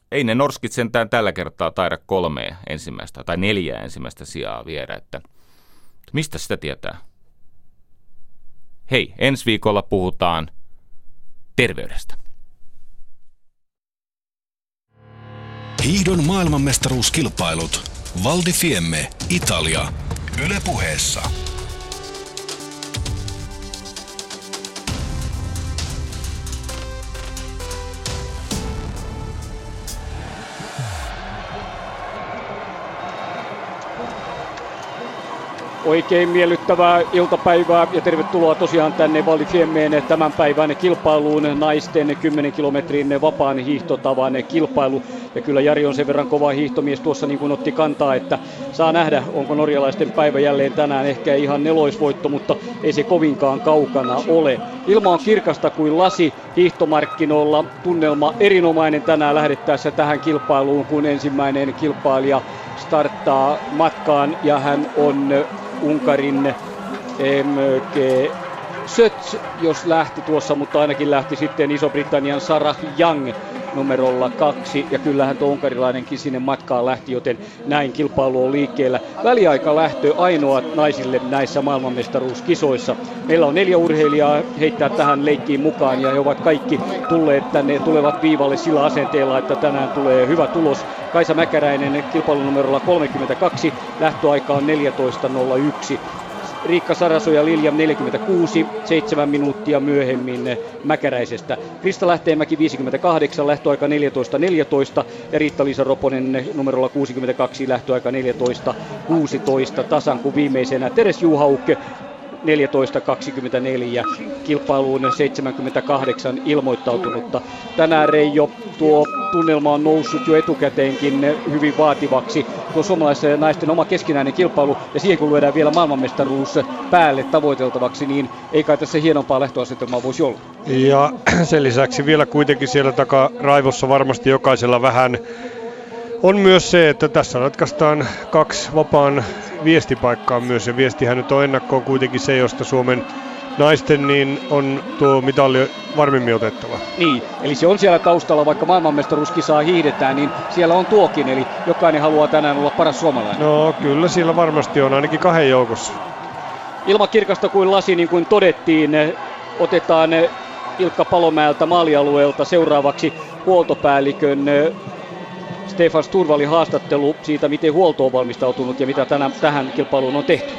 ei ne norskit sentään tällä kertaa taida 3 ensimmäistä tai 4 ensimmäistä sijaa viedä, että mistä sitä tietää? Hei, ensi viikolla puhutaan terveydestä. Hiihdon maailmanmestaruuskilpailut. Val di Fiemme, Italia. Yle Puheessa. Oikein miellyttävää iltapäivää ja tervetuloa tosiaan tänne Val di Fiemmeen tämän päivän kilpailuun, naisten 10 kilometrin vapaan hiihtotavan kilpailu. Ja kyllä Jari on sen verran kova hiihtomies tuossa niin kuin otti kantaa, että saa nähdä, onko norjalaisten päivä jälleen tänään ehkä ihan neloisvoitto, mutta ei se kovinkaan kaukana ole. Ilma on kirkasta kuin lasi hiihtomarkkinoilla, tunnelma erinomainen tänään lähdettäessä tähän kilpailuun, kun ensimmäinen kilpailija starttaa matkaan ja hän on Unkarin MG Sötz, jos lähti tuossa, mutta ainakin lähti sitten Iso-Britannian Sarah Young numerolla 2, ja kyllähän tuo unkarilainenkin sinne matkaan lähti, joten näin kilpailu on liikkeellä. Väliaikalähtö ainoa naisille näissä maailmanmestaruuskisoissa. Meillä on 4 urheilijaa heittää tähän leikkiin mukaan, ja he ovat kaikki tulleet tänne, tulevat viivalle sillä asenteella, että tänään tulee hyvä tulos. Kaisa Mäkäräinen kilpailunumerolla 32, lähtöaika on 14.01. Riikka Saraso ja Lilja 46, 7 minuuttia myöhemmin Mäkäräisestä. Krista Lähteenmäki 58, lähtöaika 14.14 ja Riitta-Liisa Roponen numerolla 62, lähtöaika 14.16 tasan kuin viimeisenä Teres Juhaukke 14.24, kilpailuun 78 ilmoittautunutta. Tänään Reijo, tuo tunnelma on noussut jo etukäteenkin hyvin vaativaksi. Tuo suomalaisten naisten oma keskinäinen kilpailu ja siihen kun lyödään vielä maailmanmestaruus päälle tavoiteltavaksi, niin ei kai tässä hienompaa lähtöasetelmaa voisi olla. Ja sen lisäksi vielä kuitenkin siellä takaraivossa varmasti jokaisella vähän on myös se, että tässä ratkaistaan 2 vapaan viestipaikkaa myös, ja viestihän nyt on ennakkoon kuitenkin se, josta Suomen naisten niin on tuo mitalli varmimmin otettava. Niin, eli se on siellä taustalla, vaikka maailmanmestaruuskisaa hiihdetään, niin siellä on tuokin, eli jokainen haluaa tänään olla paras suomalainen. No kyllä siellä varmasti on, ainakin 2 joukossa. Ilma kirkasta kuin lasi, niin kuin todettiin, otetaan Ilkka Palomäeltä maalialueelta seuraavaksi huoltopäällikön Stefan Sturvallin haastattelu siitä, miten huolto on valmistautunut ja mitä tähän kilpailuun on tehty.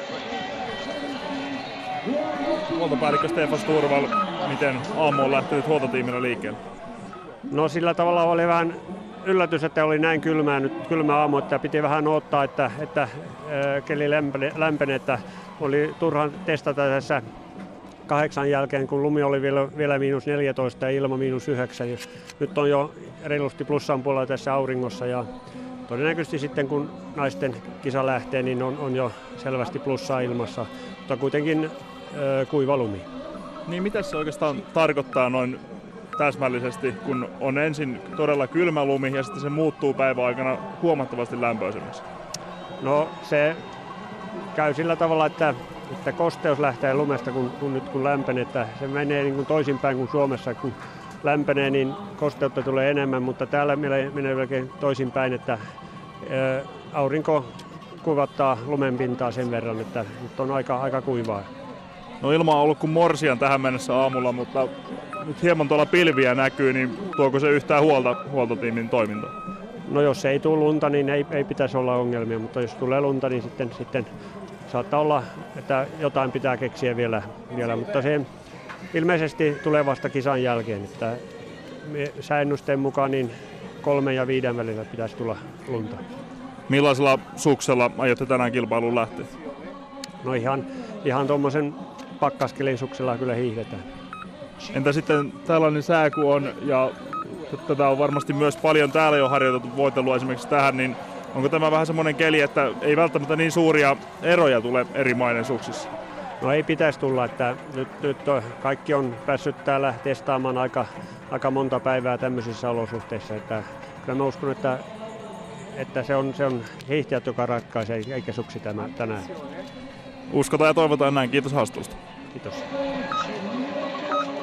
Huoltopäällikkö Stefan Sturvall, miten aamu on lähtenyt huoltotiimillä liikkeelle? No sillä tavalla oli vähän yllätys, että oli näin kylmä aamu, että piti vähän odottaa, että keli lämpenee, että oli turha testata tässä 8 jälkeen, kun lumi oli vielä -14 ja ilma -9. Ja nyt on jo reilusti plussan puolella tässä auringossa ja todennäköisesti sitten kun naisten kisa lähtee, niin on jo selvästi plussaa ilmassa, mutta kuitenkin kuiva lumi. Niin mitä se oikeastaan tarkoittaa noin täsmällisesti, kun on ensin todella kylmä lumi ja sitten se muuttuu päivän aikana huomattavasti lämpöisemmäksi? No se käy sillä tavalla, että kosteus lähtee lumesta, kun lämpenee, että se menee niin kuin toisinpäin kuin Suomessa, kun lämpenee, niin kosteutta tulee enemmän, mutta täällä menee melkein toisinpäin, että aurinko kuivattaa lumenpintaa sen verran, että nyt on aika kuivaa. No ilma on ollut kuin morsian tähän mennessä aamulla, mutta nyt hieman tuolla pilviä näkyy, niin tuoko se yhtään huoltotiimin toimintaa? No jos ei tule lunta, niin ei pitäisi olla ongelmia, mutta jos tulee lunta, niin sitten saattaa olla, että jotain pitää keksiä vielä, mutta se ilmeisesti tulee vasta kisan jälkeen, että säännösten mukaan niin 3 ja 5 välillä pitäisi tulla lunta. Millaisella suksella aiotte tänään kilpailuun lähteä? No ihan tuommoisen pakkaskelin suksella kyllä hiihdetään. Entä sitten tällainen sää kun on, ja tätä on varmasti myös paljon täällä jo harjoitettu voitelua esimerkiksi tähän, niin onko tämä vähän semmoinen keli, että ei välttämättä niin suuria eroja tule eri maiden suksissa? No ei pitäisi tulla, että nyt kaikki on päässyt täällä testaamaan aika monta päivää tämmöisissä olosuhteissa, että kyllä mä uskon, että se on hiihtäjät, joka ratkaisee, eikä suksi tänään. Uskotaan ja toivotaan näin. Kiitos haastattelusta. Kiitos.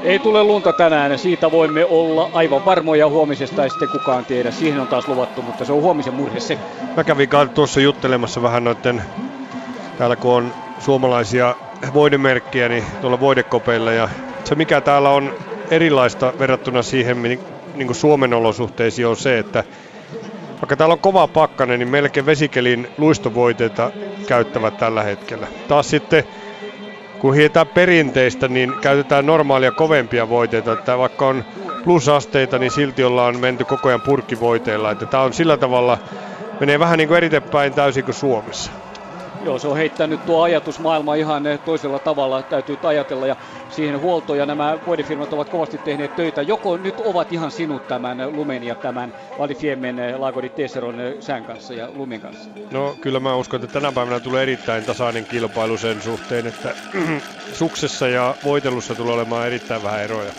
Ei tule lunta tänään, siitä voimme olla aivan varmoja. Huomisesta ei sitten kukaan tiedä. Siihen on taas luvattu, mutta se on huomisen murhe se. Mä kävin tuossa juttelemassa vähän noiden, täällä kun on suomalaisia voidemerkkiä, niin tuolla voidekopeilla. Ja se mikä täällä on erilaista verrattuna siihen niin kuin Suomen olosuhteisiin on se, että vaikka täällä on kova pakkanen, niin melkein vesikelin luistovoiteita käyttävät tällä hetkellä. Taas sitten kun hietään perinteistä, niin käytetään normaalia kovempia voiteita. Että vaikka on plusasteita, niin silti ollaan menty koko ajan purkkivoiteilla. Että tää on sillä tavalla, menee vähän niin kuin eritepäin täysin kuin Suomessa. Joo, se on heittänyt tuo ajatusmaailma ihan toisella tavalla, täytyy ajatella, ja siihen huoltoon, ja nämä voidefirmat ovat kovasti tehneet töitä. Joko nyt ovat ihan sinut tämän lumen ja tämän Val di Fiemmen, Lago di Teseron sään kanssa ja lumen kanssa? No kyllä mä uskon, että tänä päivänä tulee erittäin tasainen kilpailu sen suhteen, että suksessa ja voitelussa tulee olemaan erittäin vähän eroja.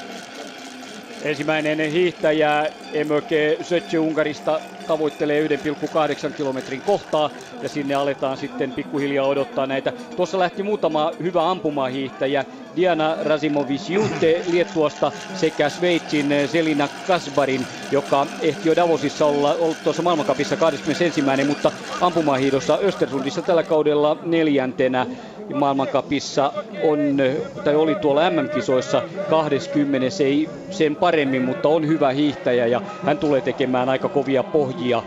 Ensimmäinen hiihtäjä Emöke Sötjö Unkarista tavoittelee 1,8 kilometrin kohtaa ja sinne aletaan sitten pikkuhiljaa odottaa näitä. Tuossa lähti muutama hyvä ampumahiihtäjä, Diana Razimovic-Jute Liettuasta sekä Sveitsin Selina Kasbarin, joka ehti jo Davosissa olla tuossa maailmancupissa 21. mutta ampumahiidossa Östersundissa tällä kaudella 4. maailmancupissa oli tuolla MM-kisoissa 20. ei sen paremmin, mutta on hyvä hiihtäjä ja hän tulee tekemään aika kovia pohjia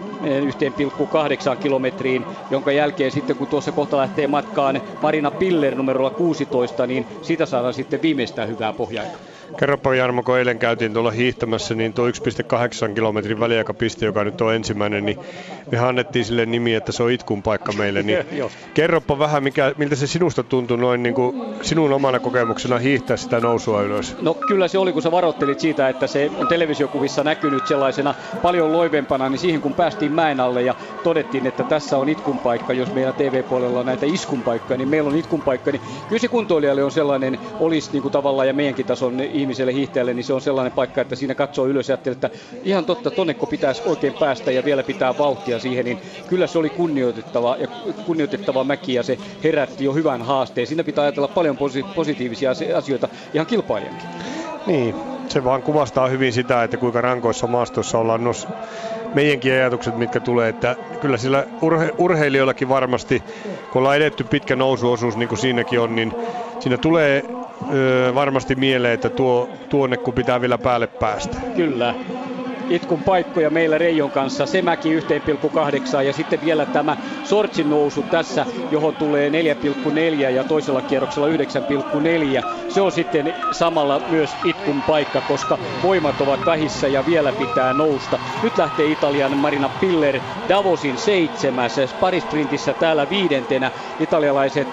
1,8 kilometriin, jonka jälkeen sitten kun tuossa kohta lähtee matkaan Marina Piller numerolla 16, niin siitä saadaan sitten viimeistään hyvää pohjaa. Kerropa Jarmo, kun eilen käytiin tuolla hiihtämässä, niin tuo 1,8 kilometrin väliaikapiste, joka nyt on ensimmäinen, niin me annettiin sille nimi, että se on itkun paikka meille. Niin kerropa vähän, miltä se sinusta tuntui noin niin kuin sinun omana kokemuksena hiihtää sitä nousua ylös? No kyllä se oli, kun sä varoittelit siitä, että se on televisiokuvissa näkynyt sellaisena paljon loivempana, niin siihen kun päästiin mäen alle ja todettiin, että tässä on itkun paikka, jos meillä TV-puolella on näitä iskun paikkoja, niin meillä on itkun paikka, niin kyllä se kuntoilijalle on sellainen, olisi niin kuin tavallaan ja meidänkin tason ihmiselle hiihtäjälle, niin se on sellainen paikka, että siinä katsoo ylös ja ajattelee, että ihan totta, tonneko pitäisi oikein päästä ja vielä pitää vauhtia siihen, niin kyllä se oli kunnioitettava mäki ja se herätti jo hyvän haasteen. Siinä pitää ajatella paljon positiivisia asioita ihan kilpailijankin. Niin, se vaan kuvastaa hyvin sitä, että kuinka rankoissa maastossa ollaan meidänkin ajatukset, mitkä tulee, että kyllä sillä urheilijoillakin varmasti, kun ollaan edetty pitkä nousuosuus, niin kuin siinäkin on, niin siinä tulee varmasti mieleen, että tuonne kun pitää vielä päälle päästä. Kyllä. Itkun paikkoja meillä Reijon kanssa, se mäki 1,8 ja sitten vielä tämä Sortsin nousu tässä, johon tulee 4,4 ja toisella kierroksella 9,4. Se on sitten samalla myös itkun paikka, koska voimat ovat vähissä ja vielä pitää nousta. Nyt lähtee Italian Marina Piller Davosin 7. parisprintissä täällä 5. Italialaiset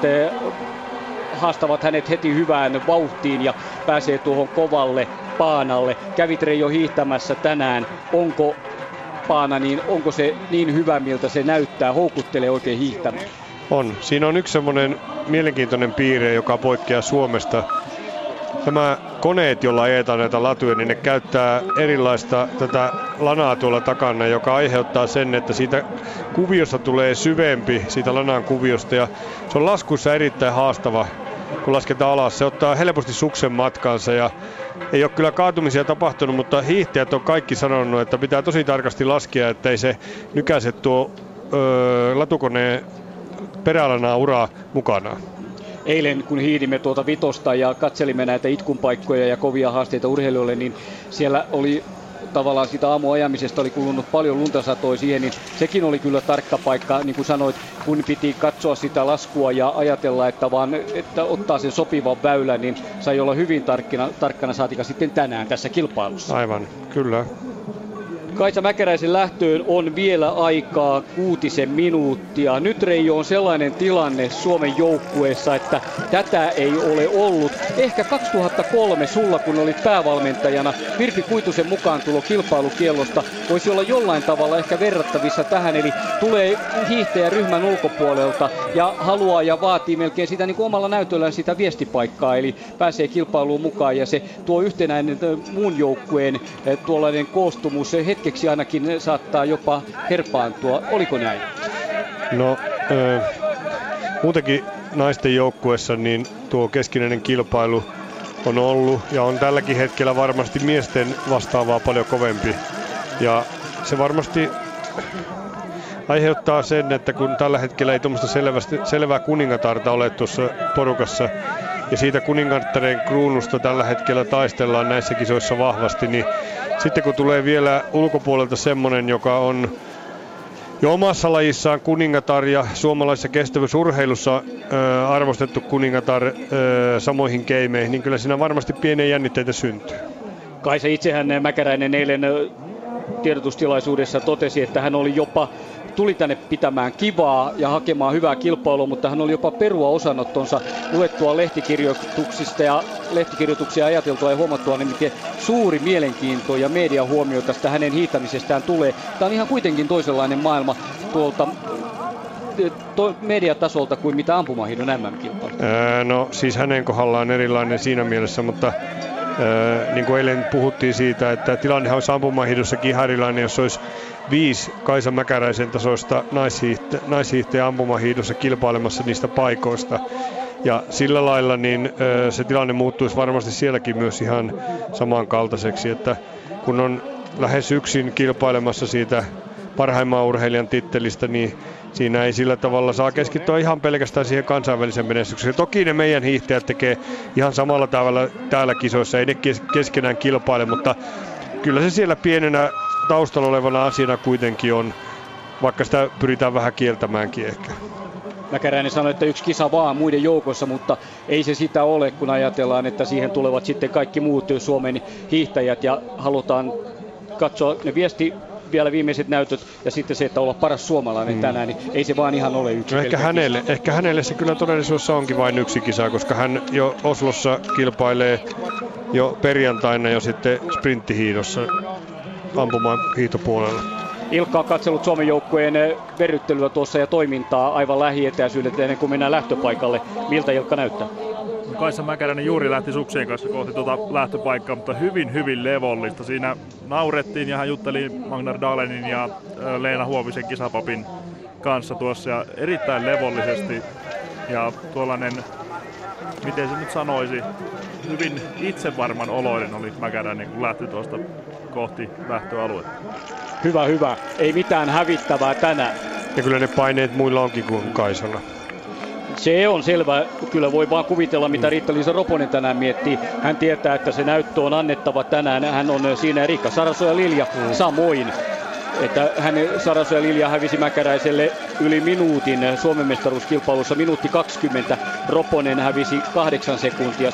haastavat hänet heti hyvään vauhtiin ja pääsee tuohon kovalle paanalle. Kävit Reijo hiihtämässä tänään. Onko paana, niin onko se niin hyvä, miltä se näyttää? Houkuttelee oikein hiihtämään? On. Siinä on yksi semmoinen mielenkiintoinen piirre, joka poikkeaa Suomesta. Nämä koneet, joilla ajetaan näitä latuja, niin ne käyttää erilaista tätä lanaa tuolla takana, joka aiheuttaa sen, että siitä kuviosta tulee syvempi, siitä lanan kuviosta. Ja se on laskussa erittäin haastava, kun lasketaan alas. Se ottaa helposti suksen matkaansa ja ei ole kyllä kaatumisia tapahtunut, mutta hiihtäjät on kaikki sanonut, että pitää tosi tarkasti laskea, ettei se nykäise tuo latukoneen perälanaa uraa mukanaan. Eilen kun hiidimme tuota vitosta ja katselimme näitä itkun paikkoja ja kovia haasteita urheilijoille, niin siellä oli tavallaan sitä aamuajamisesta oli kulunut paljon luntasatoa siihen, niin sekin oli kyllä tarkka paikka, niin kuin sanoit, kun piti katsoa sitä laskua ja ajatella, että ottaa sen sopivan väylän, niin sai olla hyvin tarkkana saatika sitten tänään tässä kilpailussa. Aivan, kyllä. Kaisa Mäkäräisen lähtöön on vielä aikaa 6 minuuttia. Nyt Reijo on sellainen tilanne Suomen joukkueessa, että tätä ei ole ollut. Ehkä 2003 sulla, kun olit päävalmentajana, Virpi Kuitusen mukaan tulo kilpailukiellosta voisi olla jollain tavalla ehkä verrattavissa tähän. Eli tulee hiihtäjä ryhmän ulkopuolelta ja haluaa ja vaatii melkein sitä niin kuin omalla näytöllään sitä viestipaikkaa. Eli pääsee kilpailuun mukaan ja se tuo yhtenäinen muun joukkueen tuollainen koostumus hetkeksi ainakin saattaa jopa herpaantua. Oliko näin? No, muutenkin naisten joukkueessa niin tuo keskinäinen kilpailu on ollut ja on tälläkin hetkellä varmasti miesten vastaavaa paljon kovempi. Ja se varmasti aiheuttaa sen, että kun tällä hetkellä ei tuommoista selvää kuningatarta ole tuossa porukassa ja siitä kuningattaren kruunusta tällä hetkellä taistellaan näissä kisoissa vahvasti, niin sitten kun tulee vielä ulkopuolelta semmonen, joka on jo omassa lajissaan kuningatar ja suomalaisessa kestävyysurheilussa arvostettu kuningatar samoihin keimeihin, niin kyllä siinä varmasti pieniä jännitteitä syntyy. Kaisa itsehän Mäkäräinen eilen tiedotustilaisuudessa totesi, että hän oli tuli tänne pitämään kivaa ja hakemaan hyvää kilpailua, mutta hän oli jopa perua osanottonsa luettua lehtikirjoituksia ajateltua ja huomattua, niin miten suuri mielenkiinto ja median huomio tästä hänen hiihtämisestään tulee. Tämä on ihan kuitenkin toisenlainen maailma tuolta mediatasolta kuin mitä ampumahiidon MM-kilpailu. No siis hänen kohdallaan erilainen siinä mielessä, mutta niin kuin eilen puhuttiin siitä, että tilannehan olisi ampumahiidossakin ihan erilainen, jos olisi 5 Kaisa Mäkäräisen tasoista naishiihtäjä ampumahiidossa kilpailemassa niistä paikoista. Ja sillä lailla niin se tilanne muuttuisi varmasti sielläkin myös ihan samankaltaiseksi, että kun on lähes yksin kilpailemassa siitä parhaimman urheilijan tittelistä, niin siinä ei sillä tavalla saa keskittyä ihan pelkästään siihen kansainvälisen menestykseen. Toki ne meidän hiihtäjät tekee ihan samalla tavalla täällä kisoissa, ei ne keskenään kilpaile, mutta kyllä se siellä pienenä taustalla olevana asiana kuitenkin on, vaikka sitä pyritään vähän kieltämäänkin ehkä. Mäkäräinen sanoi, että yksi kisa vaan muiden joukossa, mutta ei se sitä ole, kun ajatellaan, että siihen tulevat sitten kaikki muut Suomen hiihtäjät ja halutaan katsoa ne vielä viimeiset näytöt ja sitten se, että olla paras suomalainen tänään, niin ei se vaan ihan ole yksi. No ehkä hänelle se kyllä todellisuudessa onkin vain yksi kisa, koska hän jo Oslossa kilpailee jo perjantaina jo sitten sprinttihiidossa ampumaan hiihtopuolella. Ilkka on katsellut Suomen joukkueen verryttelyä tuossa ja toimintaa aivan lähietäisyydeltä ennen kuin mennään lähtöpaikalle. Miltä Ilkka näyttää? Kaisa Mäkäräinen juuri lähti suksien kanssa kohti tuota lähtöpaikkaa, mutta hyvin levollista. Siinä naurettiin ja hän jutteli Magnar Dalenin ja Leena Huovisen kisapapin kanssa tuossa ja erittäin levollisesti. Ja tuollainen, miten se nyt sanoisi, hyvin itsevarman oloinen oli Mäkäräinen, kun lähti tuosta kohti lähtöaluetta. Hyvä. Ei mitään hävittävää tänään. Ja kyllä ne paineet muilla onkin kuin Kaisalla. Se on selvä. Kyllä voi vaan kuvitella, mitä Riitta-Liisa Roponen tänään miettii. Hän tietää, että se näyttö on annettava tänään. Hän on siinä Riikka Sarasoja-Lilja samoin. Että Sarasoja Lilja hävisi Mäkäräiselle yli minuutin Suomen mestaruuskilpailussa, minuutti 20. Roponen hävisi 8 sekuntia,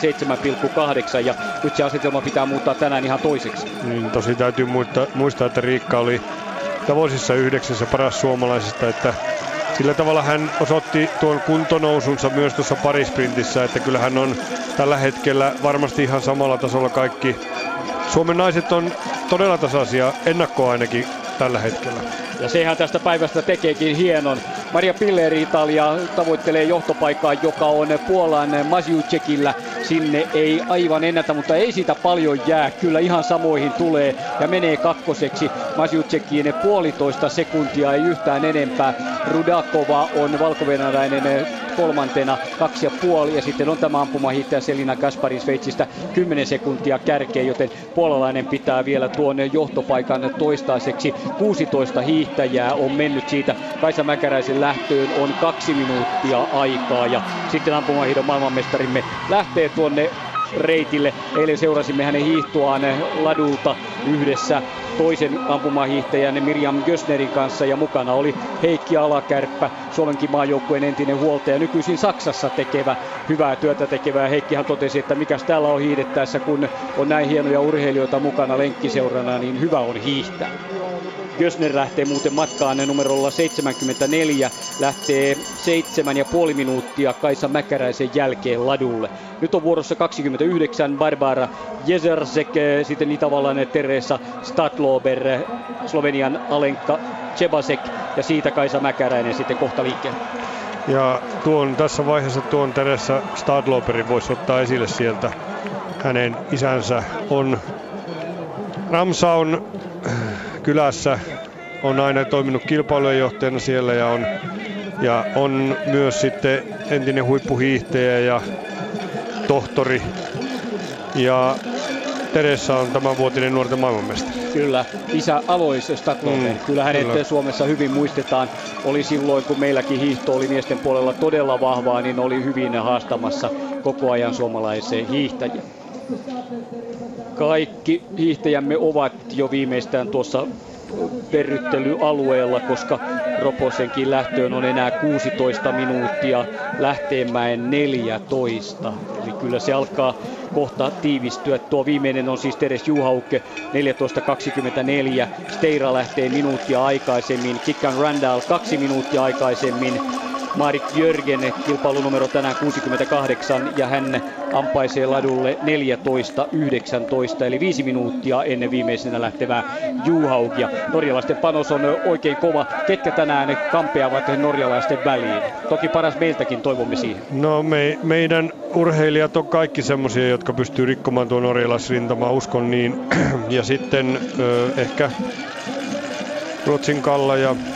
7,8 ja nyt se asetelma pitää muuttaa tänään ihan toiseksi. Niin, tosi täytyy muistaa, että Riikka oli Davosissa 9. paras suomalaisista, että sillä tavalla hän osoitti tuon kuntonousunsa myös tuossa parisprintissä, että kyllä hän on tällä hetkellä varmasti ihan samalla tasolla kaikki. Suomen naiset on todella tasaisia, ennakkoa ainakin tällä hetkellä. Ja sehän tästä päivästä tekeekin hienon. Maria Pilleri Italia tavoittelee johtopaikkaa, joka on Puolan Mazjucekillä. Sinne ei aivan ennätä, mutta ei siitä paljon jää. Kyllä ihan samoihin tulee ja menee kakkoseksi. Mazjucekiin 1,5 sekuntia, ei yhtään enempää. Rudakova on valkovenäläinen kolmantena 2,5 ja sitten on tämä ampumahiihtäjä Selina Kasparin Sveitsistä 10 sekuntia kärkeen, joten puolalainen pitää vielä tuon johtopaikan toistaiseksi. 16 hiihtäjää on mennyt siitä. Kaisa Mäkäräisen lähtöön on 2 minuuttia aikaa ja sitten ampumahiihdon maailmanmestarimme lähtee tuonne reitille. Eilen seurasimme hänen hiihtoaan ladulta yhdessä toisen ampumahiihtäjän Miriam Gösnerin kanssa ja mukana oli Heikki Alakärppä, Suomenkin maajoukkueen entinen huoltaja, nykyisin Saksassa hyvää työtä tekevä. Heikkihan totesi, että mikäs täällä on hiihdettäessä, kun on näin hienoja urheilijoita mukana lenkkiseurana, niin hyvä on hiihtää. Gösner lähtee muuten matkaan numerolla 74, lähtee 7,5 minuuttia Kaisa Mäkäräisen jälkeen ladulle. Nyt on vuorossa 29 Barbara Jezersek, sitten itävallan Teresa Stadlober, Slovenian Alenka Cebasek ja siitä Kaisa Mäkäräinen sitten kohta liikkeelle. Ja tässä vaiheessa tuon Teresa Stadloberin voisi ottaa esille sieltä. Hänen isänsä on Ramsaun kylässä, on aina toiminut kilpailujenjohtajana siellä ja on myös sitten entinen huippuhiihtäjä ja tohtori Ja Teressa on tämänvuotinen nuorten maailmanmestari. Kyllä, isä Alois Stadloven. Kyllä hänet Suomessa hyvin muistetaan. Oli silloin, kun meilläkin hiihto oli miesten puolella todella vahvaa, niin oli hyvin haastamassa koko ajan suomalaiseen hiihtäjiä. Kaikki hiihtäjämme ovat jo viimeistään tuossa verryttelyalueella, koska Roposenkin lähtöön on enää 16 minuuttia, Lähteenmäen 14. Eli kyllä se alkaa kohta tiivistyä. Tuo viimeinen on siis Teres Juhauke 14.24. Steira lähtee minuuttia aikaisemmin, Kikkan Randall 2 minuuttia aikaisemmin. Marik Jörgen kilpailunumero tänään 68 ja hän ampaisee ladulle 14.19 eli 5 minuuttia ennen viimeisenä lähtevää Juhaukia. Norjalaisten panos on oikein kova. Ketkä tänään kampeavat norjalaisten väliin? Toki paras meiltäkin, toivomme siihen. No meidän urheilijat on kaikki semmoisia, jotka pystyy rikkomaan tuon norjalaisrintamaa, uskon niin. Ja sitten ehkä Ruotsin Kalla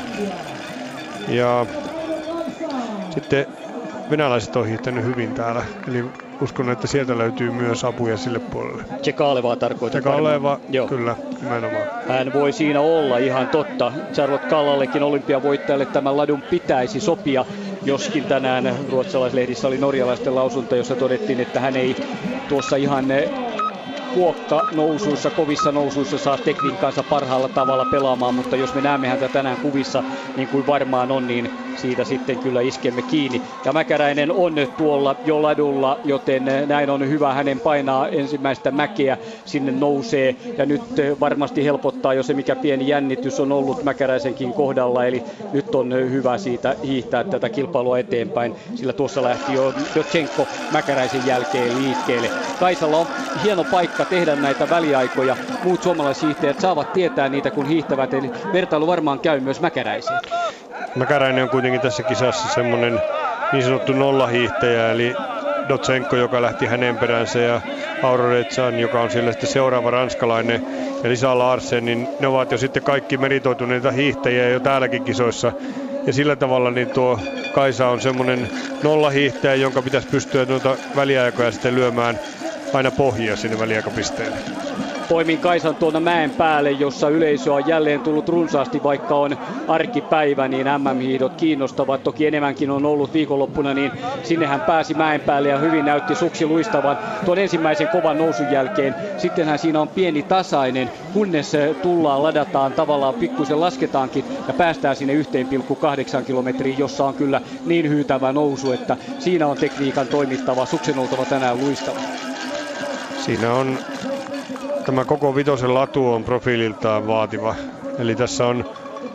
ja sitten venäläiset on hiihtänyt hyvin täällä, eli uskon, että sieltä löytyy myös apuja sille puolelle. Tsekalevaa tarkoitan. Tsekaleva, kyllä, nimenomaan. Hän voi siinä olla, ihan totta. Charlotte Kallallekin olympiavoittajalle tämän ladun pitäisi sopia, joskin tänään ruotsalaislehdissä oli norjalaisten lausunto, jossa todettiin, että hän ei tuossa ihan kuokka-nousuissa, kovissa nousuissa saa tekniikkaansa parhaalla tavalla pelaamaan, mutta jos me näemme häntä tänään kuvissa, niin kuin varmaan on, niin siitä sitten kyllä iskemme kiinni. Ja Mäkäräinen on tuolla jo ladulla, joten näin on hyvä hänen painaa ensimmäistä mäkeä, sinne nousee. Ja nyt varmasti helpottaa jo se, mikä pieni jännitys on ollut Mäkäräisenkin kohdalla, eli nyt on hyvä siitä hiihtää tätä kilpailua eteenpäin, sillä tuossa lähti jo Dochenko Mäkäräisen jälkeen liikkeelle. Kaisalla on hieno paikka tehdä näitä väliaikoja. Muut suomalaishiihtäjät saavat tietää niitä, kun hiihtävät, eli vertailu varmaan käy myös Mäkäräiseen. Mäkäräinen on kuitenkin tässä kisassa semmoinen niin sanottu nollahiihtäjä, eli Dochenko, joka lähti hänen peränsä, ja Aurore Can, joka on siellä sitten seuraava ranskalainen, ja Lisa Larsen, niin ne ovat jo sitten kaikki meritoituneita hiihtäjiä jo täälläkin kisoissa. Ja sillä tavalla niin tuo Kaisa on semmoinen nollahiihtäjä, jonka pitäisi pystyä noita väliaikoja sitten lyömään aina pohjia sinne väliaikapisteelle. Poimin Kaisan tuonne mäen päälle, jossa yleisö on jälleen tullut runsaasti, vaikka on arkipäivä, niin MM-hiihdot kiinnostavat. Toki enemmänkin on ollut viikonloppuna, niin sinne hän pääsi mäen päälle ja hyvin näytti suksi luistavan tuon ensimmäisen kovan nousun jälkeen. Sittenhän siinä on pieni tasainen, kunnes tullaan, ladataan, tavallaan pikkuisen lasketaankin ja päästään sinne 1,8 kilometriin, jossa on kyllä niin hyytävä nousu, että siinä on tekniikan toimittava, suksen oltava tänään luistava. Siinä on tämä koko vitosen latu on profiililtaan vaativa. Eli tässä on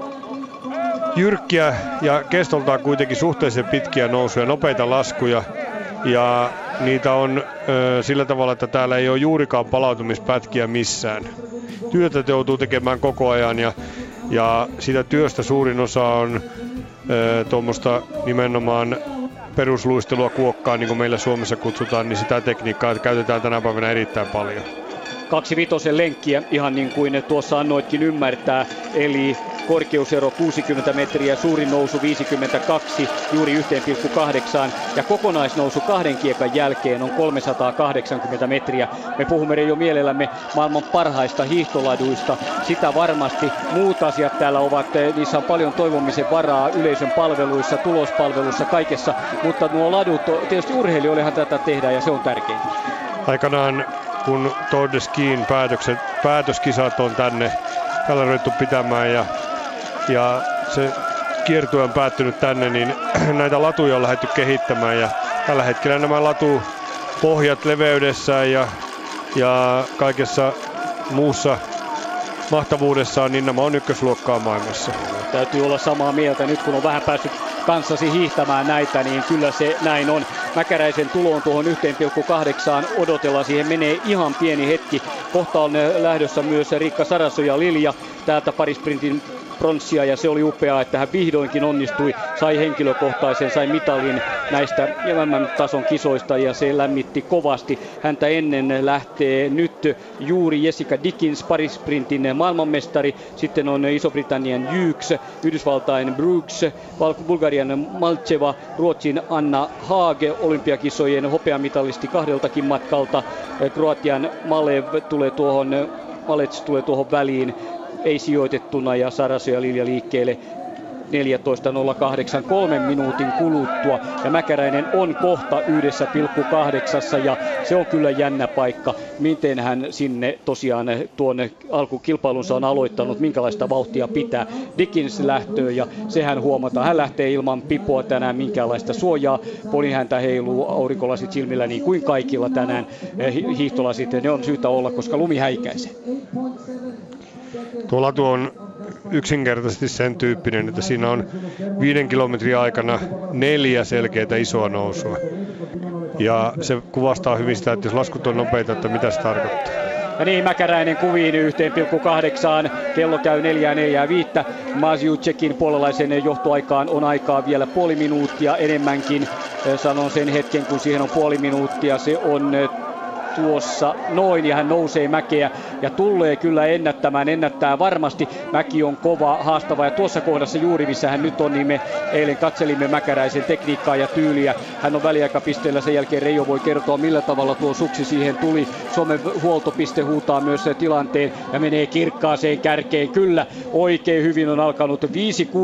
jyrkkiä ja kestoltaan kuitenkin suhteellisen pitkiä nousuja, nopeita laskuja. Ja niitä on sillä tavalla, että täällä ei ole juurikaan palautumispätkiä missään. Työtä joutuu tekemään koko ajan ja sitä työstä suurin osa on tuommoista nimenomaan perusluistelua kuokkaa, niin kuin meillä Suomessa kutsutaan, niin sitä tekniikkaa käytetään tänä päivänä erittäin paljon. 2 lenkkiä, ihan niin kuin tuossa annoitkin ymmärtää, eli korkeusero 60 metriä, suurin nousu 52, juuri 1,8 ja kokonaisnousu 2 kiekan jälkeen on 380 metriä. Me puhumme jo mielellämme maailman parhaista hiihtoladuista, sitä varmasti. Muut asiat täällä ovat, niissä on paljon toivomisen varaa yleisön palveluissa, tulospalveluissa, kaikessa, mutta nuo ladut, tietysti urheilijoillehan tätä tehdään ja se on tärkeintä. Aikanaan kun Tour de Skiin päätöskisat on tällä ruvettu pitämään ja se kiertue on päättynyt tänne, niin näitä latuja on lähdetty kehittämään ja tällä hetkellä nämä latupohjat leveydessään ja kaikessa muussa mahtavuudessaan, niin nämä on ykkösluokkaa maailmassa. Täytyy olla samaa mieltä nyt, kun on vähän päässyt kanssasi hiihtämään näitä, niin kyllä se näin on. Mäkäräisen tuloon tuohon 1,8 odotellaan, siihen menee ihan pieni hetki. Kohta on lähdössä myös Riikka Sarasso ja Lilja. täältä parisprintin pronssia ja se oli upeaa, että hän vihdoinkin onnistui, sai henkilökohtaisen, sai mitalin näistä MM-tason kisoista ja se lämmitti kovasti. Häntä ennen lähtee nyt juuri Jessica Dickins, parisprintin maailmanmestari, sitten on Iso-Britannian Hughes, Yhdysvaltain Brooks, Bulgarian Malcheva, Ruotsin Anna Haag, olympiakisojen hopeamitalisti kahdeltakin matkalta, Kroatian Malec tulee tuohon väliin, ei sijoitettuna ja Saraso ja Lilja liikkeelle 14.08 3 minuutin kuluttua ja Mäkäräinen on kohta 1,8 ja se on kyllä jännä paikka, miten hän sinne tosiaan tuon alkukilpailunsa on aloittanut, minkälaista vauhtia pitää Dickins lähtöön ja sehän huomataan, hän lähtee ilman pipoa tänään, minkäänlaista suojaa, polihäntä heiluu, aurinkolasit silmillä niin kuin kaikilla tänään hiihtolasit, ne on syytä olla, koska lumi häikäisee. Tuo latu on yksinkertaisesti sen tyyppinen, että siinä on 5 kilometrin aikana 4 selkeää isoa nousua. Ja se kuvastaa hyvin sitä, että jos laskut on nopeita, että mitä se tarkoittaa. Ja niin, Mäkäräinen kuviin 1,8, kello käy 4:45. Mazjucekin puolalaisen johtoaikaan on aikaa vielä puoli minuuttia enemmänkin. Sanon sen hetken, kun siihen on puoli minuuttia, se on tuossa noin ja hän nousee mäkeä ja tulee kyllä ennättää varmasti. Mäki on kova, haastava ja tuossa kohdassa juuri missä hän nyt on, niin me eilen katselimme Mäkäräisen tekniikkaa ja tyyliä. Hän on väliaikapisteellä, sen jälkeen Reijo voi kertoa millä tavalla tuo suksi siihen tuli. Suomen huoltopiste huutaa myös tilanteen ja menee kirkkaaseen kärkeen. Kyllä oikein hyvin on alkanut 5.16,5,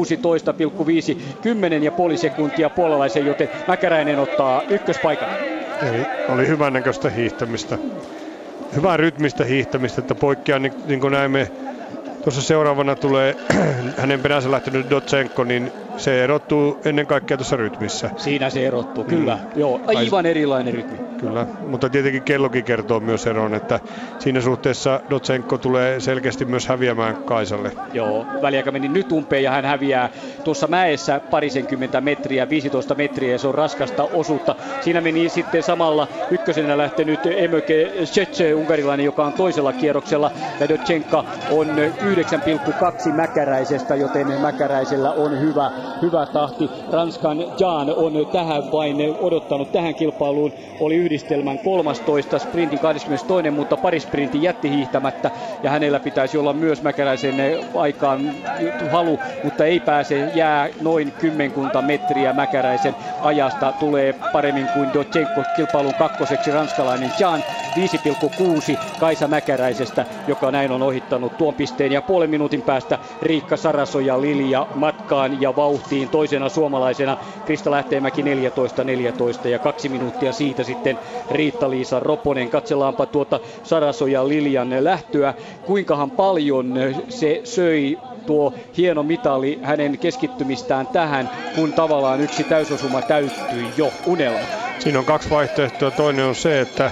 10,5 sekuntia puolalaisen, joten Mäkäräinen ottaa ykköspaikan. Eli oli hyvän näköistä hiihtämistä. Hyvää rytmistä hiihtämistä, että poikkeaa niin kuin näemme. Tuossa seuraavana tulee hänen peränsä lähtenyt Dotsenko, niin se erottuu ennen kaikkea tuossa rytmissä. Siinä se erottuu, kyllä. Joo, aivan erilainen rytmi. Kyllä, mutta tietenkin kellokin kertoo myös eron, että siinä suhteessa Dotsenko tulee selkeästi myös häviämään Kaisalle. Joo, väliaika meni nyt umpeen ja hän häviää tuossa mäessä 20 metriä, 15 metriä ja se on raskasta osuutta. Siinä meni sitten samalla ykkösenä lähtenyt Emöke Cece, unkarilainen, joka on toisella kierroksella. Ja Dotsenko on 9,2 Mäkäräisestä, joten Mäkäräisellä on hyvä tahti. Ranskan Jan on tähän vain odottanut tähän kilpailuun. Oli yhdistelmän 13, sprintin 22, mutta parisprintin jätti hiihtämättä. Ja hänellä pitäisi olla myös Mäkäräisen aikaan halu, mutta ei pääse, jää noin 10 metriä Mäkäräisen ajasta. Tulee paremmin kuin Dotsenko kilpailun kakkoseksi ranskalainen Jan. 5,6 Kaisa Mäkäräisestä, joka näin on ohittanut tuon pisteen. Ja puolen minuutin päästä Riikka Saraso ja Lilja matkaan ja vauhtiin toisena suomalaisena. Krista Lähteenmäki 14 ja 2 minuuttia siitä sitten Riitta-Liisa Roponen. Katsellaanpa tuota Saraso ja Liljan lähtöä. Kuinkahan paljon se söi tuo hieno mitali hänen keskittymistään tähän, kun tavallaan yksi täysosuma täyttyi jo unelma. Siinä on 2 vaihtoehtoa. Toinen on se, että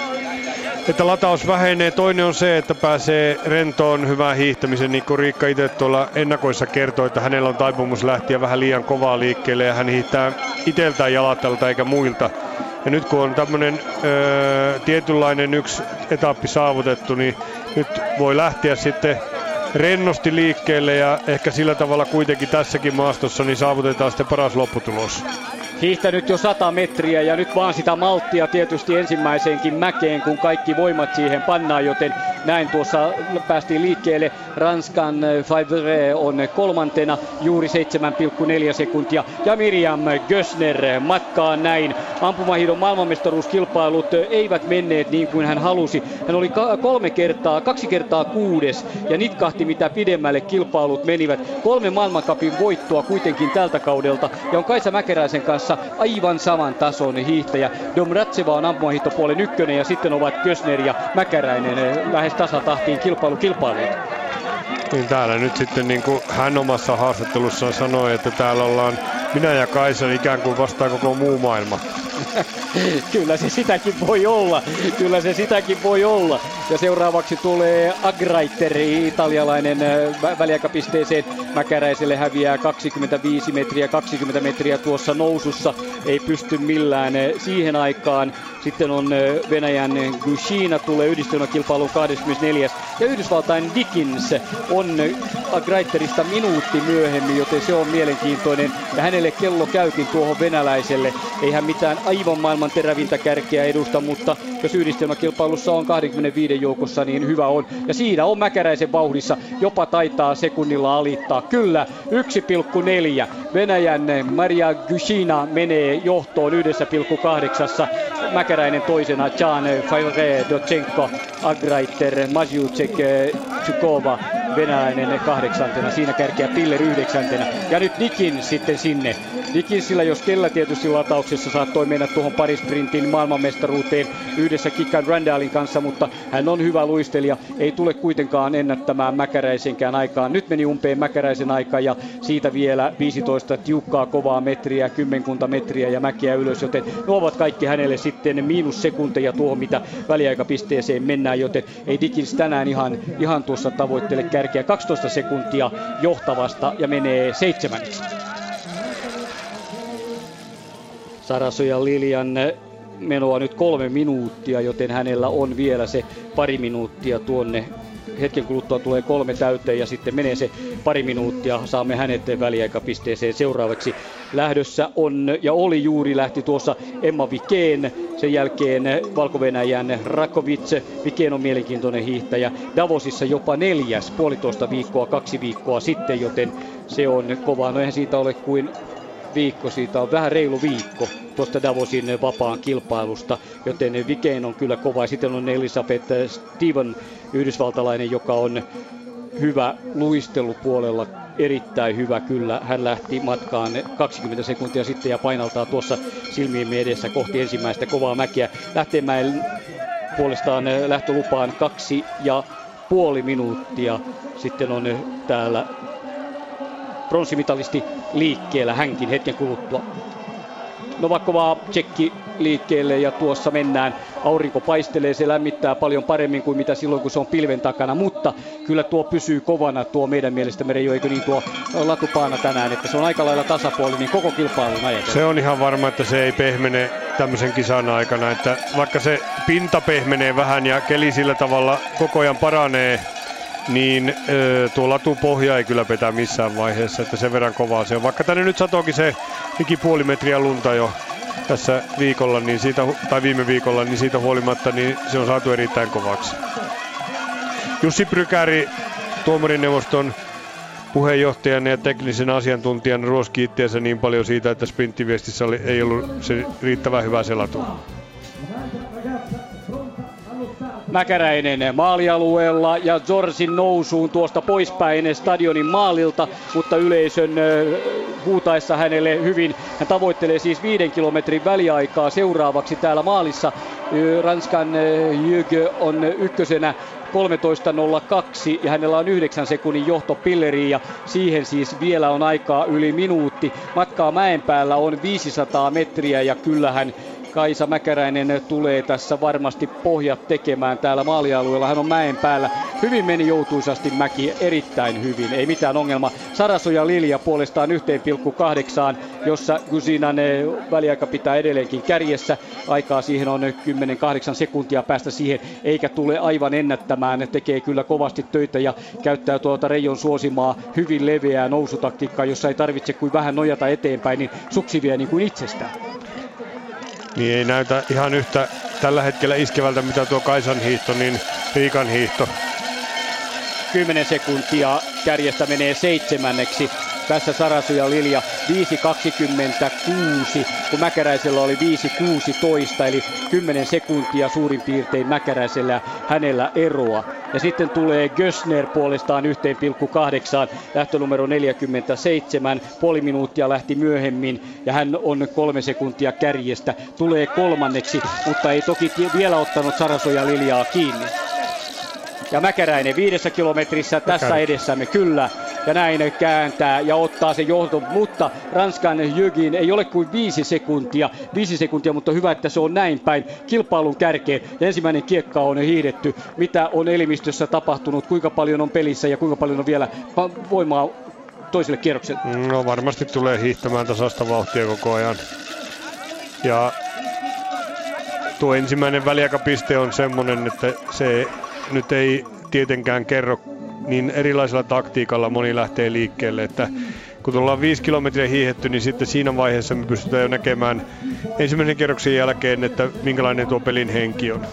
lataus vähenee. Toinen on se, että pääsee rentoon hyvään hiihtämiseen, niin kuin Riikka itse tuolla ennakoissa kertoi, että hänellä on taipumus lähteä vähän liian kovaa liikkeelle ja hän hiihtää iteltään jalatelta eikä muilta. Ja nyt kun on tämmöinen tietynlainen yksi etappi saavutettu, niin nyt voi lähteä sitten rennosti liikkeelle ja ehkä sillä tavalla kuitenkin tässäkin maastossa niin saavutetaan sitten paras lopputulos. Hiihtänyt jo 100 metriä ja nyt vaan sitä malttia tietysti ensimmäiseenkin mäkeen, kun kaikki voimat siihen pannaan, joten näin tuossa päästiin liikkeelle. Ranskan Favre on kolmantena, juuri 7,4 sekuntia ja Miriam Gössner matkaan näin. Ampumahiidon maailmanmestaruuskilpailut eivät menneet niin kuin hän halusi. Hän oli 2 kertaa 6 ja nitkahti mitä pidemmälle kilpailut menivät. 3 maailmancupin voittoa kuitenkin tältä kaudelta ja on Kaisa Mäkäräisen kanssa aivan saman tason hiihtäjä. Domratseva on ampumahiihtopuolen ykkönen ja sitten ovat Gössner ja Mäkäräinen lähes tasatahtiin kilpailuun. Niin täällä nyt sitten niin kuin hän omassa haastattelussaan sanoi, että täällä ollaan minä ja Kaisa ikään kuin vastaan koko muu maailma. Kyllä se sitäkin voi olla. Kyllä se sitäkin voi olla. Ja seuraavaksi tulee Agraiteri, italialainen väliaikapisteeseen. Mäkäräiselle häviää 25 metriä, 20 metriä tuossa nousussa. Ei pysty millään siihen aikaan. Sitten on Venäjän Gushina tulee yhdistelmäkilpailuun 24. Ja Yhdysvaltain Dickens on Agraiterista minuutti myöhemmin, joten se on mielenkiintoinen. Ja hänelle kello käykin tuohon venäläiselle. Ei hän mitään aivan maailman terävintä kärkeä edusta, mutta jos yhdistelmäkilpailussa on 25 joukossa, niin hyvä on. Ja siinä on Mäkäräisen vauhdissa, jopa taitaa sekunnilla alittaa. Kyllä, 1,4. Venäjän Maria Gushina menee johtoon 1,8. Mäkäräinen toisena, Jan Faure, Dochenko, Agraiter, Mazjucek, Chukova, venäläinen 8. Siinä kärkeä Piller 9. Ja nyt Dickens sitten sinne. Dickinsillä jos kellä tietysti latauksessa saattoi mennä tuohon parisprintin maailmanmestaruuteen yhdessä Kikkan Randallin kanssa, mutta hän on hyvä luistelija. Ei tule kuitenkaan ennättämään Mäkäräisenkään aikaan. Nyt meni umpeen Mäkäräisen aika ja siitä vielä 15 tiukkaa kovaa metriä, 10 metriä ja mäkiä ylös, joten nuo ovat kaikki hänelle sitten miinussekunteja tuohon mitä väliaikapisteeseen mennään, joten ei Dickens tänään ihan tuossa tavoittele kärkeä. 12 sekuntia johtavasta ja menee 7. Sarasoja Lilian menoa nyt 3 minuuttia, joten hänellä on vielä se pari minuuttia tuonne. Hetken kuluttua tulee 3 täyteen ja sitten menee se pari minuuttia. Saamme hänet väliaikapisteeseen seuraavaksi. Lähdössä on ja oli juuri lähti tuossa Emma Vikén. Sen jälkeen Valko-Venäjän Rakovic. Vikén on mielenkiintoinen hiihtäjä. Davosissa jopa 4. 1,5 viikkoa, 2 viikkoa sitten, joten se on kovaa. No eihän siitä ole kuin viikko, siitä on vähän reilu viikko tuosta Davosin vapaan kilpailusta, joten Vikén on kyllä kova. Sitten on Elisabeth Steven, yhdysvaltalainen, joka on hyvä luistelupuolella, erittäin hyvä kyllä. Hän lähti matkaan 20 sekuntia sitten ja painaltaa tuossa silmiemme edessä kohti ensimmäistä kovaa mäkeä. Lähteenmäen puolestaan lähtölupaan 2,5 minuuttia. Sitten on täällä pronssimitalisti liikkeellä hänkin hetken kuluttua. Novakova tsekki liikkeelle ja tuossa mennään. Aurinko paistelee, se lämmittää paljon paremmin kuin mitä silloin kun se on pilven takana, mutta kyllä tuo pysyy kovana tuo meidän mielestämme, Reijo, eikö niin tuo latupaana tänään, että se on aika lailla tasapuolinen koko kilpailun ajatella. Se on ihan varma, että se ei pehmene tämmöisen kisan aikana, että vaikka se pinta pehmenee vähän ja keli sillä tavalla koko ajan paranee, niin tuo latupohja ei kyllä petä missään vaiheessa, että sen verran kovaa se on. Vaikka tänne nyt satoikin se puoli metriä lunta jo tässä viikolla, niin siitä, tai viime viikolla, niin siitä huolimatta niin se on saatu erittäin kovaksi. Jussi Prykäri, tuomarineuvoston puheenjohtajana ja teknisen asiantuntijana ruoski itseänsä niin paljon siitä, että sprinttiviestissä ei ollut se riittävän hyvä se latu. Mäkäräinen maalialueella ja Zorsin nousuun tuosta poispäin stadionin maalilta, mutta yleisön huutaessa hänelle hyvin. Hän tavoittelee siis 5 kilometrin väliaikaa seuraavaksi täällä maalissa. Ranskan Jögö on ykkösenä 13.02 ja hänellä on 9 sekunnin johto Pilleriin ja siihen siis vielä on aikaa yli minuutti. Matkaa mäen päällä on 500 metriä ja kyllähän Kaisa Mäkäräinen tulee tässä varmasti pohjat tekemään täällä maalialueella. Hän on mäen päällä. Hyvin meni joutuisasti mäki, erittäin hyvin, ei mitään ongelma. Sarasoja Lilja puolestaan 1,8, jossa Guzinan väliaika pitää edelleenkin kärjessä. Aikaa siihen on 10-8 sekuntia päästä siihen, eikä tule aivan ennättämään. Tekee kyllä kovasti töitä ja käyttää tuota Reijon suosimaa hyvin leveää nousutaktiikkaa, jossa ei tarvitse kuin vähän nojata eteenpäin, niin suksi vie niin kuin itsestään. Niin ei näytä ihan yhtä tällä hetkellä iskevältä mitä tuo Kaisan hiihto, niin Riikan hiihto. 10 sekuntia kärjestä menee 7. Tässä Sarasoja Lilja 5.26, kun Mäkäräisellä oli 5.16, eli 10 sekuntia suurin piirtein Mäkäräisellä hänellä eroa. Ja sitten tulee Gössner puolestaan 1,8, lähtönumero 47, puoli minuuttia lähti myöhemmin ja hän on 3 sekuntia kärjestä. Tulee 3, mutta ei toki vielä ottanut Sarasoja Liljaa kiinni. Ja Mäkäräinen 5 kilometrissä tässä edessämme, kyllä. ja näin kääntää ja ottaa se johto, mutta Ranskan Jögin ei ole kuin 5 sekuntia, mutta hyvä, että se on näin päin kilpailun kärkeen ja ensimmäinen kiekka on hiihdetty. Mitä on elimistössä tapahtunut, kuinka paljon on pelissä ja kuinka paljon on vielä voimaa toiselle kierrokselle? No varmasti tulee hiihtämään tasaista vauhtia koko ajan. Ja tuo ensimmäinen väliaikapiste on semmoinen, että se nyt ei tietenkään kerro, niin erilaisella taktiikalla moni lähtee liikkeelle, että kun ollaan 5 kilometriä hiihetty, niin sitten siinä vaiheessa me pystytään jo näkemään ensimmäisen kierroksen jälkeen, että minkälainen tuo pelin henki on.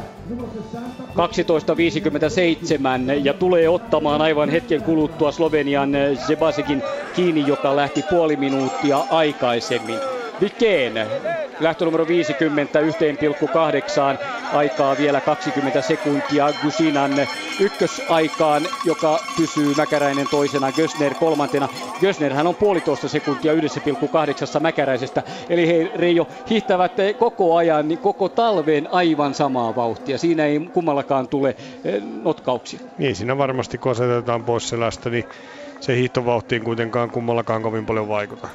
12.57 ja tulee ottamaan aivan hetken kuluttua Slovenian Zebasekin kiinni, joka lähti puoli minuuttia aikaisemmin. Vikeen lähtönumero 50 1,8, aikaa vielä 20 sekuntia Guzinan ykkösaikaan, joka pysyy Mäkäräinen toisena, Gössner kolmantena. Gössnerhän on 1,5 sekuntia 1,8 Mäkäräisestä, eli he Reijo hiihtävät koko ajan, niin koko talven aivan samaa vauhtia. Siinä ei kummallakaan tule notkauksia. Niin, siinä varmasti kun asetetaan pois selästä, niin se hiihtovauhtiin kuitenkaan kummallakaan kovin paljon vaikuta.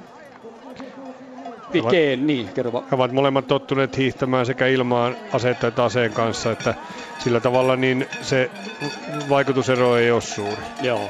Vikeen, niin, kerro vaan. He ovat molemmat tottuneet hiihtämään sekä ilmaan asetta että aseen kanssa, että sillä tavalla niin se vaikutusero ei ole suuri. Joo.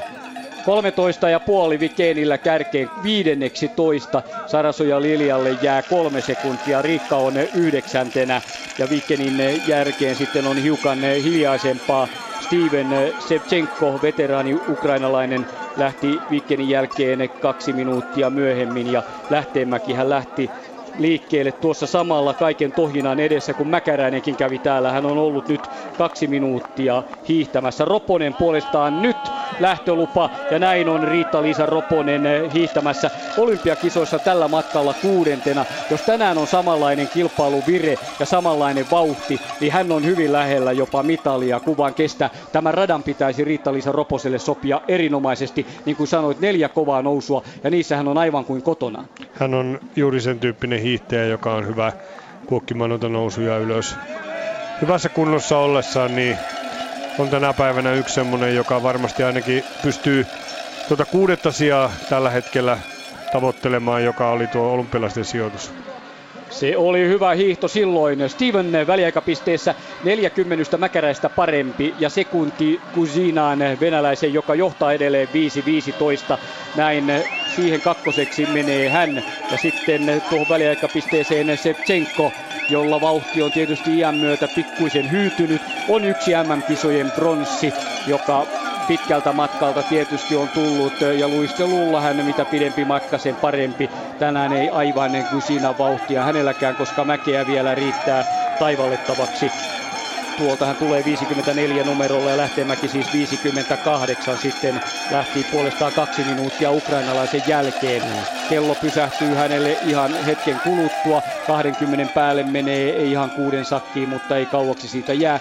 13,5 Vikeenillä kärkeen 15. Sarasoja Liljalle jää 3 sekuntia. Riikka on 9. ja Vikenin jälkeen sitten on hiukan hiljaisempaa. Steven Sevchenko, veteraani ukrainalainen, lähti Vikenin jälkeen 2 minuuttia myöhemmin ja Lähteenmäki hän lähti liikkeelle tuossa samalla kaiken tohinan edessä, kun Mäkäräinenkin kävi täällä. Hän on ollut nyt 2 minuuttia hiihtämässä. Roponen puolestaan nyt lähtölupa ja näin on Riitta-Liisa Roponen hiihtämässä olympiakisoissa tällä matkalla 6. Jos tänään on samanlainen kilpailuvire ja samanlainen vauhti, niin hän on hyvin lähellä jopa mitalia, kun vaan kestää. Tämän radan pitäisi Riitta-Liisa Roposelle sopia erinomaisesti, niin kuin sanoit, 4 kovaa nousua ja niissä hän on aivan kuin kotona. Hän on juuri sen tyyppinen hiihtäjä, joka on hyvä kuokkimaan noita nousuja ylös. Hyvässä kunnossa ollessaan niin on tänä päivänä yksi semmoinen, joka varmasti ainakin pystyy tuota 6. sijaa tällä hetkellä tavoittelemaan, joka oli tuo olympialaisten sijoitus. Se oli hyvä hiihto silloin. Steven väliaikapisteessä 40 Mäkäräistä parempi ja sekunti Guzinaan venäläisen, joka johtaa edelleen 5.15. Näin siihen kakkoseksi menee hän ja sitten tuohon väliaikapisteeseen Sevchenko, jolla vauhti on tietysti iän myötä pikkuisen hyytynyt. On yksi MM-kisojen bronssi, joka pitkältä matkalta tietysti on tullut ja luistelulla hän mitä pidempi matka sen parempi. Tänään ei aivan Guzinan vauhtia hänelläkään, koska mäkeä vielä riittää taivallettavaksi. Tuolta hän tulee 54 numerolla ja Lähteenmäki siis 58 sitten lähti puolestaan 2 minuuttia ukrainalaisen jälkeen. Kello pysähtyy hänelle ihan hetken kuluttua. 20 päälle menee, ei ihan 6 sakkiin, mutta ei kauaksi siitä jää.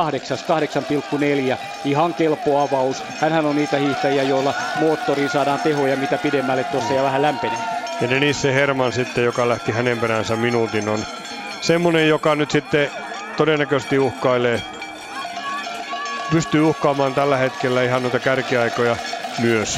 8,4. Ihan kelpo avaus. Hänhän on niitä hiihtäjiä, joilla moottoriin saadaan tehoja mitä pidemmälle tuossa ja vähän lämpenee. Ja Denisse Herman sitten, joka lähti hänen peräänsä minuutin, on semmonen, joka nyt sitten todennäköisesti pystyy uhkaamaan tällä hetkellä ihan noita kärkiaikoja myös.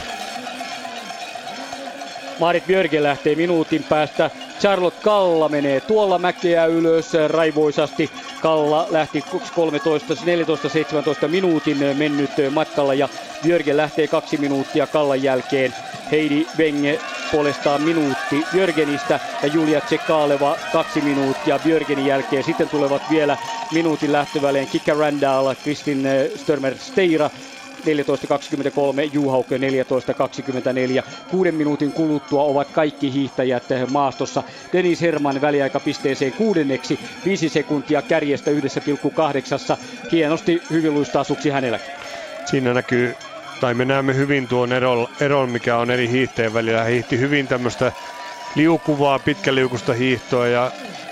Marit Björgen lähtee minuutin päästä. Charlotte Kalla menee tuolla mäkeä ylös raivoisasti. Kalla lähti 14-17 minuutin mennyt matkalla ja Björgen lähtee 2 minuuttia Kallan jälkeen. Heidi Wenge puolestaan minuutti Björgenistä ja Julia Tsekaleva 2 minuuttia Björgenin jälkeen. Sitten tulevat vielä minuutin lähtöväleen Kikka Randall, Kristin Störmer-Steira 14.23, Juhauke 14.24. 6 minuutin kuluttua ovat kaikki hiihtäjät maastossa. Dennis Herman väliaikapisteeseen 6. 5 sekuntia kärjestä 1,8. Hienosti hyvin luistaa suksi hänelläkin. Siinä näkyy, tai me näemme hyvin tuon eron, mikä on eri hiihteen välillä. Hän hiihti hyvin tämmöistä liukuvaa, pitkäliukusta hiihtoa ja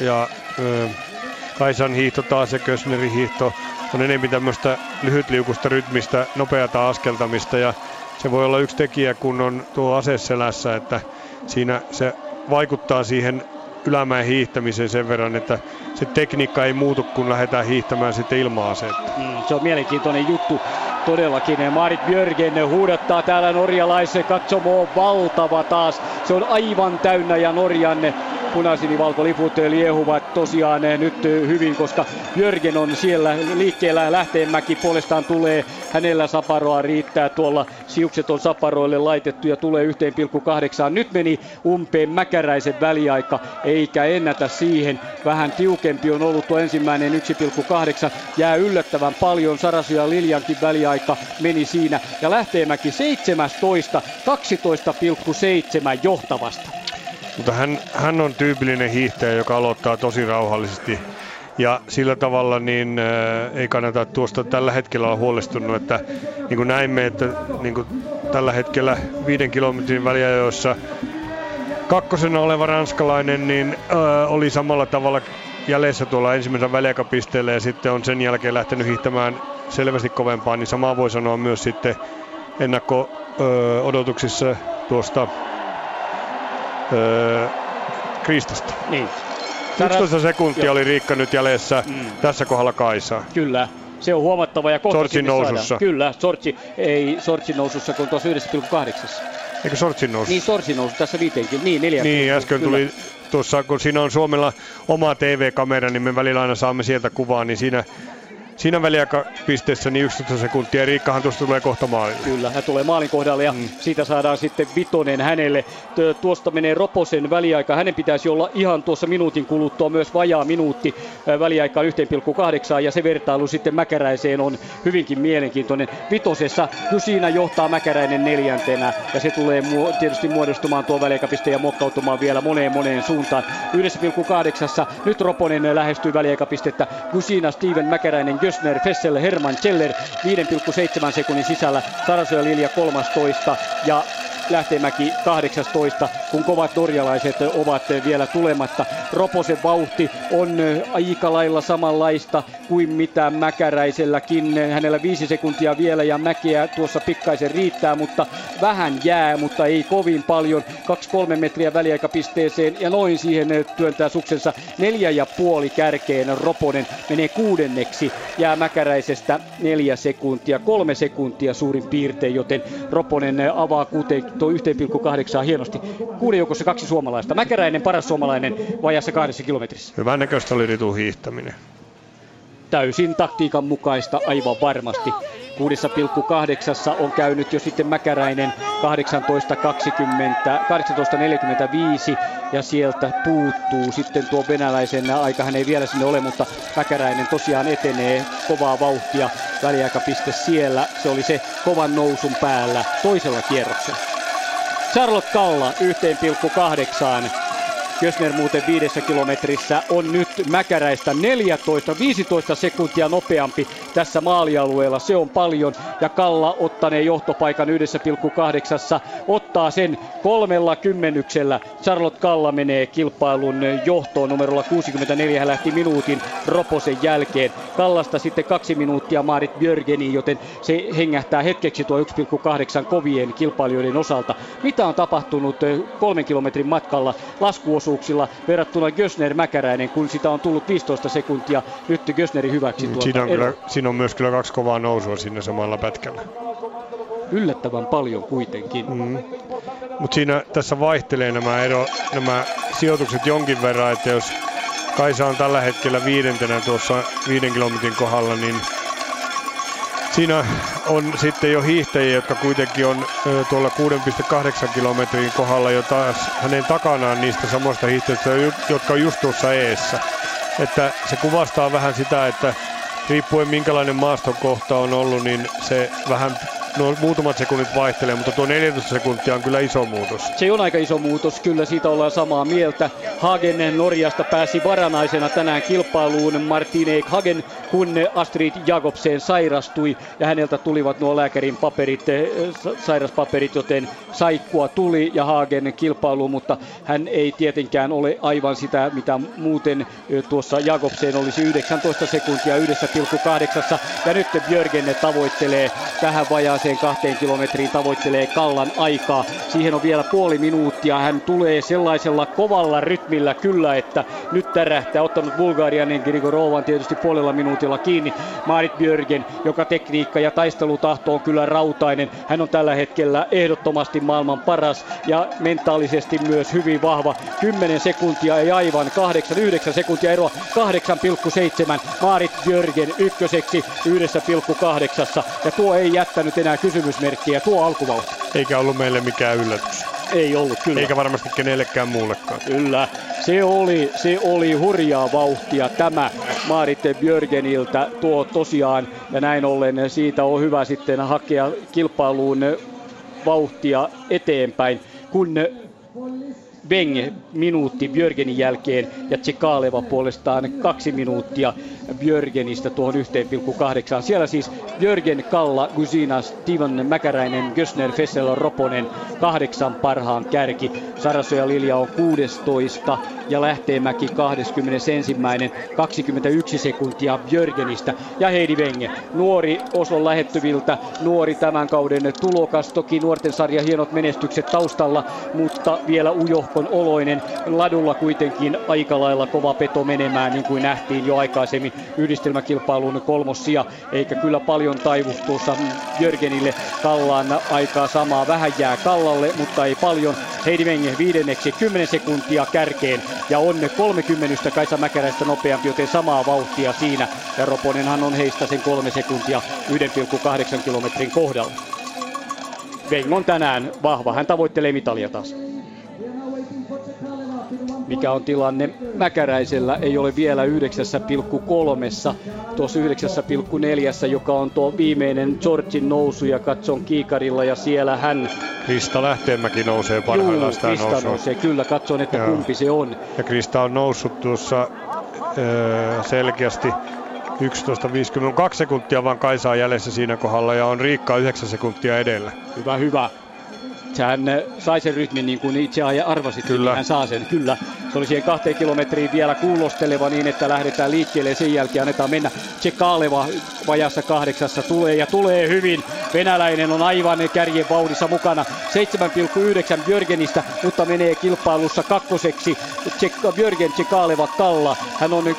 Kaisan hiihto taas ja Gössnerin hiihto on enemmän tämmöistä lyhytliukusta rytmistä, nopeata askeltamista ja se voi olla yksi tekijä, kun on tuo ase selässä, että siinä se vaikuttaa siihen ylämäen hiihtämiseen sen verran, että se tekniikka ei muutu, kun lähdetään hiihtämään sitten ilman asetta. Se on mielenkiintoinen juttu. Todellakin Marit Björgen huudattaa täällä norjalaisen katsomoon, valtava taas. Se on aivan täynnä ja Norjan punaisinivalkoliput liehuvat tosiaan nyt hyvin, koska Björgen on siellä liikkeellä. Lähteenmäki puolestaan tulee, hänellä saparoa riittää, tuolla siukset on saparoille laitettu ja tulee 1,8. Nyt meni umpeen Mäkäräisen väliaika, eikä ennätä siihen. Vähän tiukempi on ollut tuo ensimmäinen 1,8. Jää yllättävän paljon, Sarasu ja Liljankin väliaika meni siinä. Ja Lähteenmäki 17, 12,7 johtavasta. Mutta hän on tyypillinen hiihtäjä, joka aloittaa tosi rauhallisesti. Ja sillä tavalla niin ei kannata tuosta tällä hetkellä olla huolestunut, että niin kuin näimme, että niin kuin tällä hetkellä 5 kilometrin väliajoissa kakkosena oleva ranskalainen niin oli samalla tavalla jäljessä tuolla ensimmäisellä väliaikapisteellä ja sitten on sen jälkeen lähtenyt hiihtämään selvästi kovempaa, niin samaa voi sanoa myös sitten ennakko-odotuksissa tuosta Kristasta. Niin. 11 sekuntia oli Riikka nyt jäljessä tässä kohdalla Kaisaa. Kyllä, se on huomattava ja kohta Sortsin nousussa. Kyllä, Sortsin nousussa kun tuossa 1,8. Eikö Sortsin nousu? Niin, Sortsin nousu tässä 5, niin 4. Niin, äsken kyllä tuli tuossa, kun siinä on Suomella oma TV-kamera, niin me välillä aina saamme sieltä kuvaa, niin siinä väliaikapisteessä niin 11 sekuntia ja Riikkahan tuosta tulee kohta maalille. Kyllä, hän tulee maalin kohdalle ja siitä saadaan sitten 5 hänelle. Tuosta menee Roposen väliaika. Hänen pitäisi olla ihan tuossa minuutin kuluttua myös vajaa minuutti väliaikaan 1,8 ja se vertailu sitten Mäkäräiseen on hyvinkin mielenkiintoinen. 5. Jusina johtaa Mäkäräinen 4. ja se tulee tietysti muodostumaan tuo väliaikapiste ja mokkautumaan vielä moneen suuntaan. 1,8 nyt Roponen lähestyy väliaikapistettä. Jusina, Steven, Mäkäräinen, Gössner, Fessel, Herman, Scheller 5,7 sekunnin sisällä, Sarasu ja Lilja 13 ja Lähteenmäki 18, kun kovat norjalaiset ovat vielä tulematta. Roposen vauhti on aika lailla samanlaista kuin mitä Mäkäräiselläkin. Hänellä 5 sekuntia vielä ja Mäkeä tuossa pikkaisen riittää, mutta vähän jää, mutta ei kovin paljon. 2-3 metriä väliaikapisteeseen ja noin siihen työntää suksensa 4,5 kärkeen. Roponen menee 6. Jää Mäkäräisestä 4 sekuntia, 3 sekuntia suurin piirtein, joten Roponen avaa 1,8 hienosti. 6 joukossa 2 suomalaista. Mäkäräinen paras suomalainen vajassa 2 kilometrissä. Hyvän näköistä oli Ritun hiihtäminen. Täysin taktiikan mukaista aivan varmasti. 6,8 on käynyt jo sitten Mäkäräinen 18.45 ja sieltä puuttuu sitten tuo venäläisen aika. Hän ei vielä sinne ole, mutta Mäkäräinen tosiaan etenee kovaa vauhtia. Väliaikapiste siellä. Se oli se kovan nousun päällä toisella kierroksella. Charlotte Kalla 1,8. Gössner muuten 5 kilometrissä on nyt Mäkäräistä 15 sekuntia nopeampi tässä maalialueella. Se on paljon ja Kalla ottanee johtopaikan 1,8. Ottaa sen 30. Charlotte Kalla menee kilpailun johtoon numerolla 64. Hän lähti minuutin Roposen jälkeen. Kallasta sitten 2 minuuttia Marit Björgeniin, joten se hengähtää hetkeksi tuo 1,8 kovien kilpailijoiden osalta. Mitä on tapahtunut 3 kilometrin matkalla laskuosuuksilla verrattuna Gössner-Mäkäräinen, kun sitä on tullut 15 sekuntia nyt Gössnerin hyväksi siinä on myös kyllä 2 kovaa nousua siinä samalla pätkällä. Yllättävän paljon kuitenkin. Mutta tässä vaihtelee nämä sijoitukset jonkin verran, että jos Kaisa on tällä hetkellä 5. tuossa 5 kilometrin kohdalla, niin siinä on sitten jo hiihtäjiä, jotka kuitenkin on tuolla 6,8 kilometrin kohdalla jo taas hänen takanaan niistä samoista hiihtäjistä, jotka on just tuossa eessä. Että se kuvastaa vähän sitä, että riippuen minkälainen maastokohta on ollut, niin se vähän muutamat sekunnit vaihtelee, mutta tuo 14 sekuntia on kyllä iso muutos. Se on aika iso muutos, kyllä siitä ollaan samaa mieltä. Hagen Norjasta pääsi varanaisena tänään kilpailuun Martine Hagen, kun Astrid Jakobsen sairastui ja häneltä tulivat nuo lääkärin paperit, sairaspaperit, joten saikkua tuli ja Hagen kilpailuun, mutta hän ei tietenkään ole aivan sitä, mitä muuten tuossa Jakobsen olisi 19 sekuntia 1,8 ja nyt Björgen tavoittelee tähän vajaaseen viimeiseen 2 kilometriin tavoittelee Kallan aikaa. Siihen on vielä puoli minuuttia. Hän tulee sellaisella kovalla rytmillä kyllä, että nyt tärähtää. Ottanut Bulgarianin Grigorovan tietysti puolella minuutilla kiinni. Marit Björgen, joka tekniikka ja taistelutahto on kyllä rautainen. Hän on tällä hetkellä ehdottomasti maailman paras ja mentaalisesti myös hyvin vahva. 10 sekuntia ei aivan, 8-9 sekuntia eroa, 8,7 Marit Björgen ykköseksi 1,8 ja tuo ei jättänyt enää kysymysmerkkiä, tuo alkuvauhti. Eikä ollut meille mikään yllätys. Ei ollut, kyllä. Eikä varmasti kenellekään muullekaan. Kyllä, se oli hurjaa vauhtia tämä Marit Björgeniltä tuo tosiaan. Ja näin ollen siitä on hyvä sitten hakea kilpailuun vauhtia eteenpäin, kun Weng minuutti Björgenin jälkeen ja Tsekaleva puolestaan 2 minuuttia Björgenistä tuohon 1,8. Siellä siis Björgen, Kalla, Guzina, Steven, Mäkäräinen, Gössner, Fessel, Roponen 8 parhaan kärki. Sarasoja Lilja on 16 ja Lähteenmäki 21. 21 sekuntia Björgenistä ja Heidi Weng. Nuori Oslon lähettyviltä, nuori tämän kauden tulokas. Toki nuorten sarja hienot menestykset taustalla, mutta vielä ujohkon oloinen. Ladulla kuitenkin aika lailla kova peto menemään, niin kuin nähtiin jo aikaisemmin yhdistelmäkilpailun 3. sija, eikä kyllä paljon taivu tuossa Björgenille. Kallaan aikaa samaa, vähän jää Kallalle, mutta ei paljon. Heidi Weng 5. 10 sekuntia kärkeen ja on 30 Kaisa Mäkäräistä nopeampi, joten samaa vauhtia siinä. Ja Roponenhan on heistä sen 3 sekuntia 1,8 kilometrin kohdalla. Weng on tänään vahva, hän tavoittelee mitalia taas. Mikä on tilanne Mäkäräisellä, ei ole vielä 9,3, tuossa 9,4, joka on tuo viimeinen Georgin nousu ja katson kiikarilla ja siellä hän... Krista Lähteenmäki nousee parhaillaan sitä Krista nousua. Nousee, kyllä katson, että kumpi se on. Ja Krista on noussut tuossa selkeästi 11.52 sekuntia vaan Kaisaa jäljessä siinä kohdalla ja on Riikka 9 sekuntia edellä. Hyvä. Hän sai sen rytmin niin kuin itse arvasit, kyllä. Hän saa sen, kyllä. Se oli siihen 2 kilometriin vielä kuulosteleva niin, että lähdetään liikkeelle ja sen jälkeen annetaan mennä. Tsekaleva vajassa 8 tulee ja tulee hyvin. Venäläinen on aivan kärjen vauhdissa mukana. 7,9 Björgenistä, mutta menee kilpailussa kakkoseksi. Björgen, Tsekaleva, Kalla. Hän on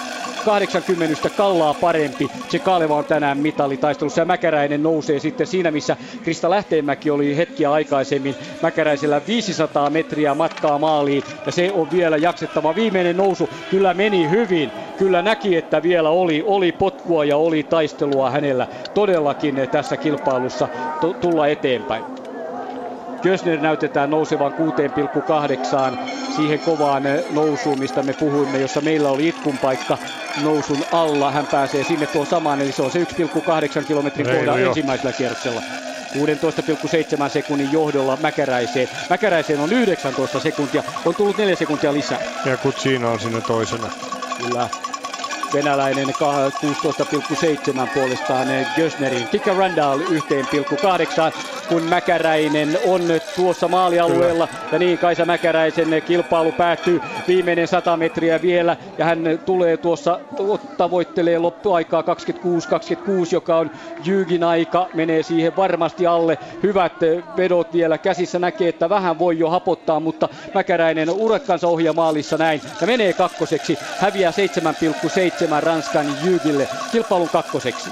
80 Kallaa parempi. Tsekaleva on tänään mitalitaistelussa ja Mäkäräinen nousee sitten siinä, missä Krista Lähteenmäki oli hetkiä aikaisemmin. Mäkäräisellä 500 metriä matkaa maaliin ja se on vielä jaksettava. Viimeinen nousu kyllä meni hyvin. Kyllä näki, että vielä oli potkua ja oli taistelua hänellä todellakin tässä kilpailussa tulla eteenpäin. Gössner näytetään nousevan 6,8 siihen kovaan nousuun, mistä me puhuimme, jossa meillä oli itkun paikka nousun alla. Hän pääsee sinne tuon samaan, eli se on se 1,8 kilometrin kohdalla ensimmäisellä kierroksella. 16,7 sekunnin johdolla Mäkäräiseen. Mäkäräiseen on 19 sekuntia, on tullut 4 sekuntia lisää. Ja Kutsina on siinä toisena. Kyllä. Venäläinen 16,7 puolestaan Gössnerin. Kika Randall 1,8, kun Mäkäräinen on tuossa maalialueella. Kyllä. Ja niin Kaisa Mäkäräisen kilpailu päättyy. Viimeinen 100 metriä vielä ja hän tulee tuossa, tavoittelee loppuaikaa 26-26, joka on Jygin aika. Menee siihen varmasti alle. Hyvät vedot vielä käsissä, näkee, että vähän voi jo hapottaa, mutta Mäkäräinen urakkansa ohjaa maalissa näin. Ja menee kakkoseksi, häviää 7,7 Ranskan Jygille kilpailun kakkoseksi.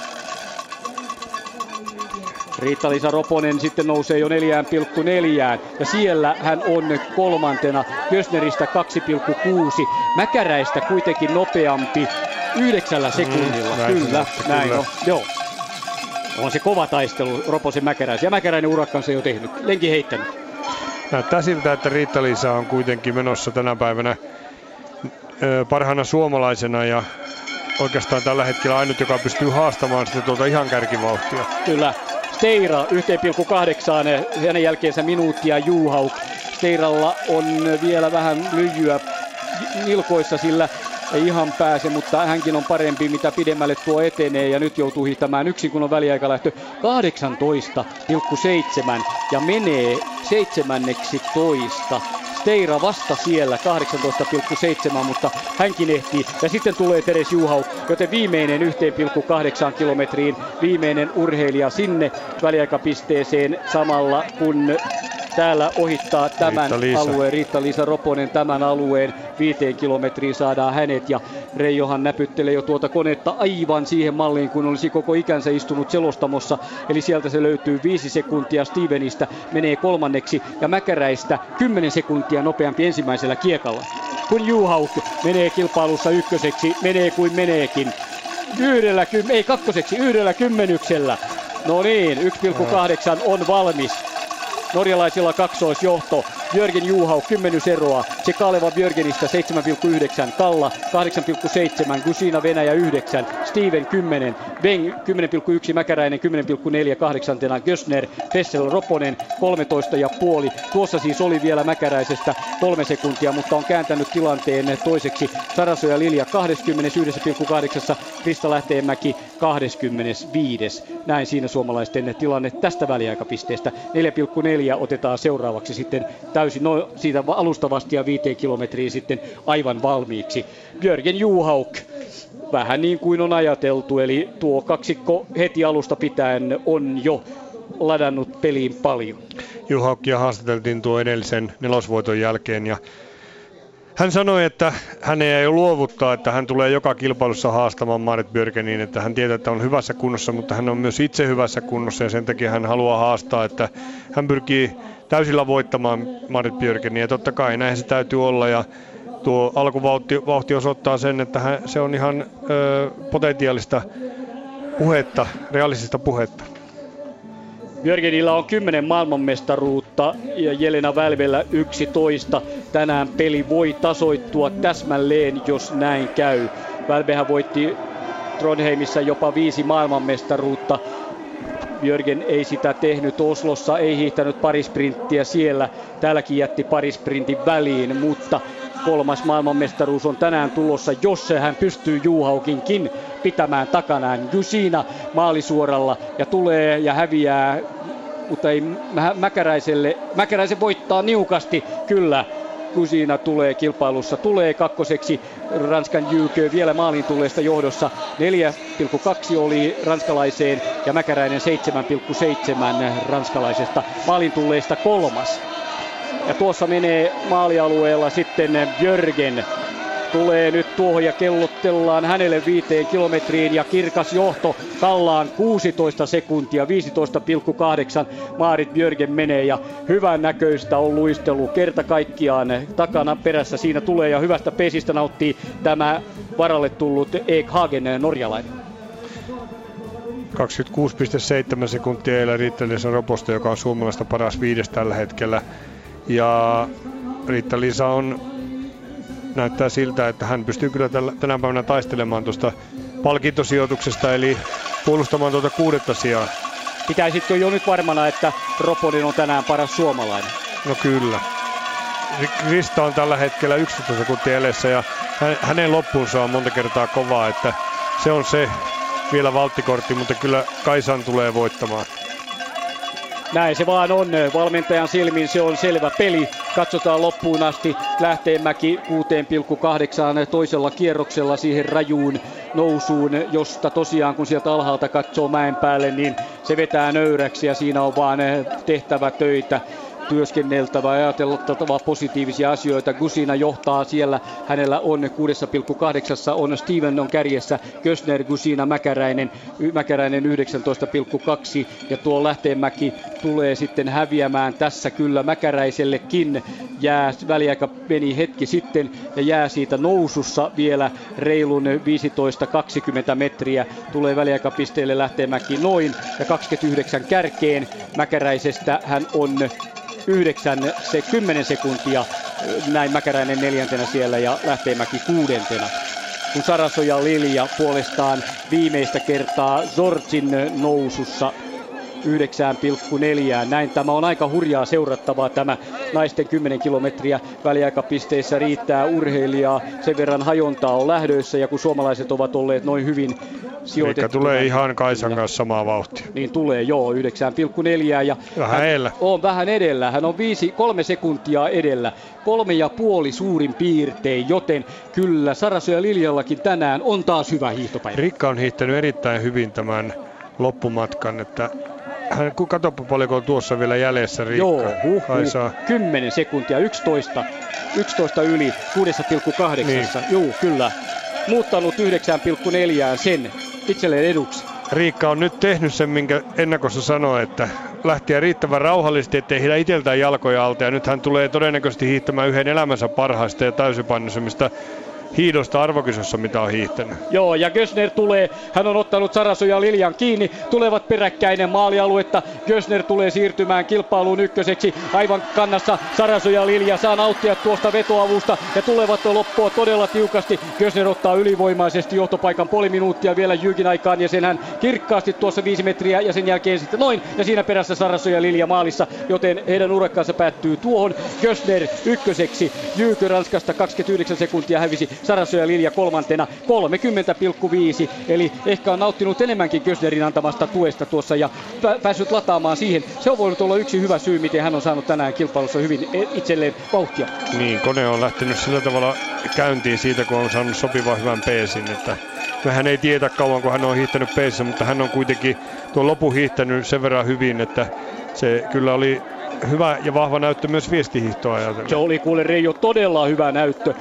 Riitta-Liisa Roponen sitten nousee jo 4,4 ja siellä hän on kolmantena, Gössneristä 2,6, Mäkäräistä kuitenkin nopeampi 9 sekunnilla. Kyllä, näin on. Joo. On se kova taistelu Roposen Mäkäräisen ja Mäkäräinen urakkansa jo tehnyt, lenki heittänyt. Näyttää siltä, että Riitta-Liisa on kuitenkin menossa tänä päivänä parhaana suomalaisena ja oikeastaan tällä hetkellä ainut, joka pystyy haastamaan sitten tuolta ihan kärkivauhtia. Kyllä. Steira 1,8, hänen jälkeensä minuuttia Juhauk. Steiralla on vielä vähän lyijyä nilkoissa, sillä ei ihan pääse, mutta hänkin on parempi, mitä pidemmälle tuo etenee ja nyt joutuu hiihtämään yksin, kun on väliaikalähtö 18,7 ja menee 17 Steira vasta siellä 18,7, mutta hänkin ehtii. Ja sitten tulee Teres Juhauk, joten viimeinen 1,8 kilometriin, viimeinen urheilija sinne väliaikapisteeseen samalla kun täällä ohittaa tämän alueen. Riitta-Liisa Roponen tämän alueen 5 kilometriin saadaan hänet ja Reijohan näpyttelee jo tuota konetta aivan siihen malliin, kun olisi koko ikänsä istunut selostamossa. Eli sieltä se löytyy 5 sekuntia Stevenistä, menee kolmanneksi ja Mäkäräistä 10 sekuntia nopeampi ensimmäisellä kiekalla. Kun Juhauk menee kilpailussa ykköseksi, menee kuin meneekin. Kakkoseksi, 1:10. No niin, 1,8 on valmis. Norjalaisilla kaksoisjohto. Björgen Juhauk 10 eroa. Tsekaleva Björgenistä 7,9. Kalla 8,7. Gusina Venäjä 9. Steven 10. Beng 10,1. Mäkäräinen 10,4. 8. Gössner. Fessel Roponen 13,5. Tuossa siis oli vielä Mäkäräisestä 3 sekuntia, mutta on kääntänyt tilanteen toiseksi. Sarasoja Lilja 21,8. Krista Lähteenmäki 25. Näin siinä suomalaisten tilanne tästä väliaikapisteestä. 4,4 otetaan seuraavaksi sitten täysin siitä alustavasti ja 5 kilometriin sitten aivan valmiiksi. Björgen Juhauk, vähän niin kuin on ajateltu, eli tuo kaksikko heti alusta pitäen on jo ladannut peliin paljon. Juhaukia haastateltiin tuo edellisen 4. jälkeen ja hän sanoi, että hän ei luovuttaa, että hän tulee joka kilpailussa haastamaan Marit Björgeniin, että hän tietää, että on hyvässä kunnossa, mutta hän on myös itse hyvässä kunnossa ja sen takia hän haluaa haastaa, että hän pyrkii täysillä voittamaan Marit Björgeniä ja totta kai näin se täytyy olla ja tuo alkuvauhti osoittaa sen, että se on ihan potentiaalista puhetta, realistista puhetta. Björgenillä on 10 maailmanmestaruutta ja Jelena Välvellä 11. Tänään peli voi tasoittua täsmälleen, jos näin käy. Välvehän voitti Trondheimissa jopa 5 maailmanmestaruutta. Björgen ei sitä tehnyt Oslossa, ei hiihtänyt parisprinttiä siellä. Täälläkin jätti parisprintin väliin, mutta 3. maailmanmestaruus on tänään tulossa, jos hän pystyy Juhaukinkin pitämään takanaan. Gusina maalisuoralla ja tulee ja häviää, mutta ei Mäkäräisen voittaa niukasti, kyllä. Gusina tulee kilpailussa, tulee kakkoseksi Ranskan Jykö vielä maalin tulleesta johdossa. 4,2 oli ranskalaiseen ja Mäkäräinen 7,7 ranskalaisesta maalin tulleesta 3. Ja tuossa menee maalialueella sitten Björgen. Tulee nyt tuohon ja kellottellaan hänelle 5 kilometriin ja kirkas johto Kallaan 16 sekuntia, 15,8 Marit Björgen menee ja hyvän näköistä on luistelu kerta kaikkiaan takana perässä. Siinä tulee ja hyvästä pesistä nauttii tämä varalle tullut Eek Hagen norjalainen. 26,7 sekuntia eilen Riitta-Liisa Roposta, joka on suomalaista paras 5 tällä hetkellä. Ja Riitta-Liisa näyttää siltä, että hän pystyy kyllä tänä päivänä taistelemaan tuosta palkintosijoituksesta, eli puolustamaan tuota 6. sijaa. Pitäisitkö jo nyt varmana, että Roponen on tänään paras suomalainen? No kyllä. Krista on tällä hetkellä 11 sekuntia edessä ja hänen loppuunsa on monta kertaa kovaa, että se on se vielä valttikortti, mutta kyllä Kaisan tulee voittamaan. Näin se vaan on. Valmentajan silmin se on selvä peli. Katsotaan loppuun asti. Lähteenmäki 6,8 toisella kierroksella siihen rajuun nousuun, josta tosiaan kun sieltä alhaalta katsoo mäen päälle, niin se vetää nöyräksi ja siinä on vaan tehtävä töitä. Työskenneltävä ja ajateltava positiivisia asioita. Gusina johtaa siellä, hänellä on 6,8, on Steven on kärjessä, Gössner, Gusina, Mäkäräinen 19,2 ja tuo Lähteenmäki tulee sitten häviämään tässä kyllä Mäkäräisellekin. Väliaika meni hetki sitten ja jää siitä nousussa vielä reilun 15-20 metriä. Tulee väliaikapisteelle Lähteenmäki noin ja 29 kärkeen. Mäkäräisestä hän on 10 sekuntia, näin Mäkäräinen 4. siellä ja Lähteenmäki 6. Kun Sarasoja Lilja puolestaan viimeistä kertaa Zortsin nousussa 9,4. Näin tämä on aika hurjaa seurattavaa tämä naisten 10 kilometriä. Väliaikapisteissä riittää urheilijaa. Sen verran hajontaa on lähdöissä ja kun suomalaiset ovat olleet noin hyvin sijoitettu. Eikä tulee ihan Kaisan kanssa samaa vauhtia. Niin tulee, joo, 9,4. Ja vähän edellä. On vähän edellä. Hän on 3 sekuntia edellä. 3,5 suurin piirtein, joten kyllä Saraso ja Liljallakin tänään on taas hyvä hiihtopäivä. Rikka on hiihtänyt erittäin hyvin tämän loppumatkan, että hän, katsopa paljonko on tuossa vielä jäljessä Riikka. Joo, 10 sekuntia, 11 yli 6,8. Niin. Joo, kyllä. Muuttanut 9,4 sen itselleen eduksi. Riikka on nyt tehnyt sen, minkä ennakossa sanoi, että lähtiä riittävän rauhallisesti, ettei hidä itseltään jalkoja alta. Ja nyt hän tulee todennäköisesti hiihtämään yhden elämänsä parhaista ja täysipainoisemmista hiidosta arvokisossa, mitä on hiihtänyt. Joo, ja Gössner tulee, hän on ottanut Saraso ja Liljan kiinni, tulevat peräkkäinen maalialuetta. Gössner tulee siirtymään kilpailuun ykköseksi, aivan kannassa Saraso ja Lilja saa nauttia tuosta vetoavusta ja tulevat loppua todella tiukasti. Gössner ottaa ylivoimaisesti johtopaikan puoli minuuttia vielä Jykin aikaan ja sen hän kirkkaasti tuossa 5 metriä ja sen jälkeen sitten noin ja siinä perässä Saraso ja Lilja maalissa, joten heidän urakkaansa päättyy tuohon. Gössner ykköseksi, Jyky Ranskasta 29 sekuntia hävisi. Saraso ja Lilja kolmantena 30,5, eli ehkä on nauttinut enemmänkin Gössnerin antamasta tuesta tuossa ja päässyt lataamaan siihen. Se on voinut olla yksi hyvä syy, miten hän on saanut tänään kilpailussa hyvin itselleen vauhtia. Niin, kone on lähtenyt sillä tavalla käyntiin siitä, kun on saanut sopivan hyvän peesin, että hän ei tiedä kauan, kun hän on hiihtänyt peesissä, mutta hän on kuitenkin tuon lopun hiihtänyt sen verran hyvin, että se kyllä oli hyvä ja vahva näyttö myös viestihiihtoa ajatellen. Se oli kuule Reijo todella hyvä näyttö.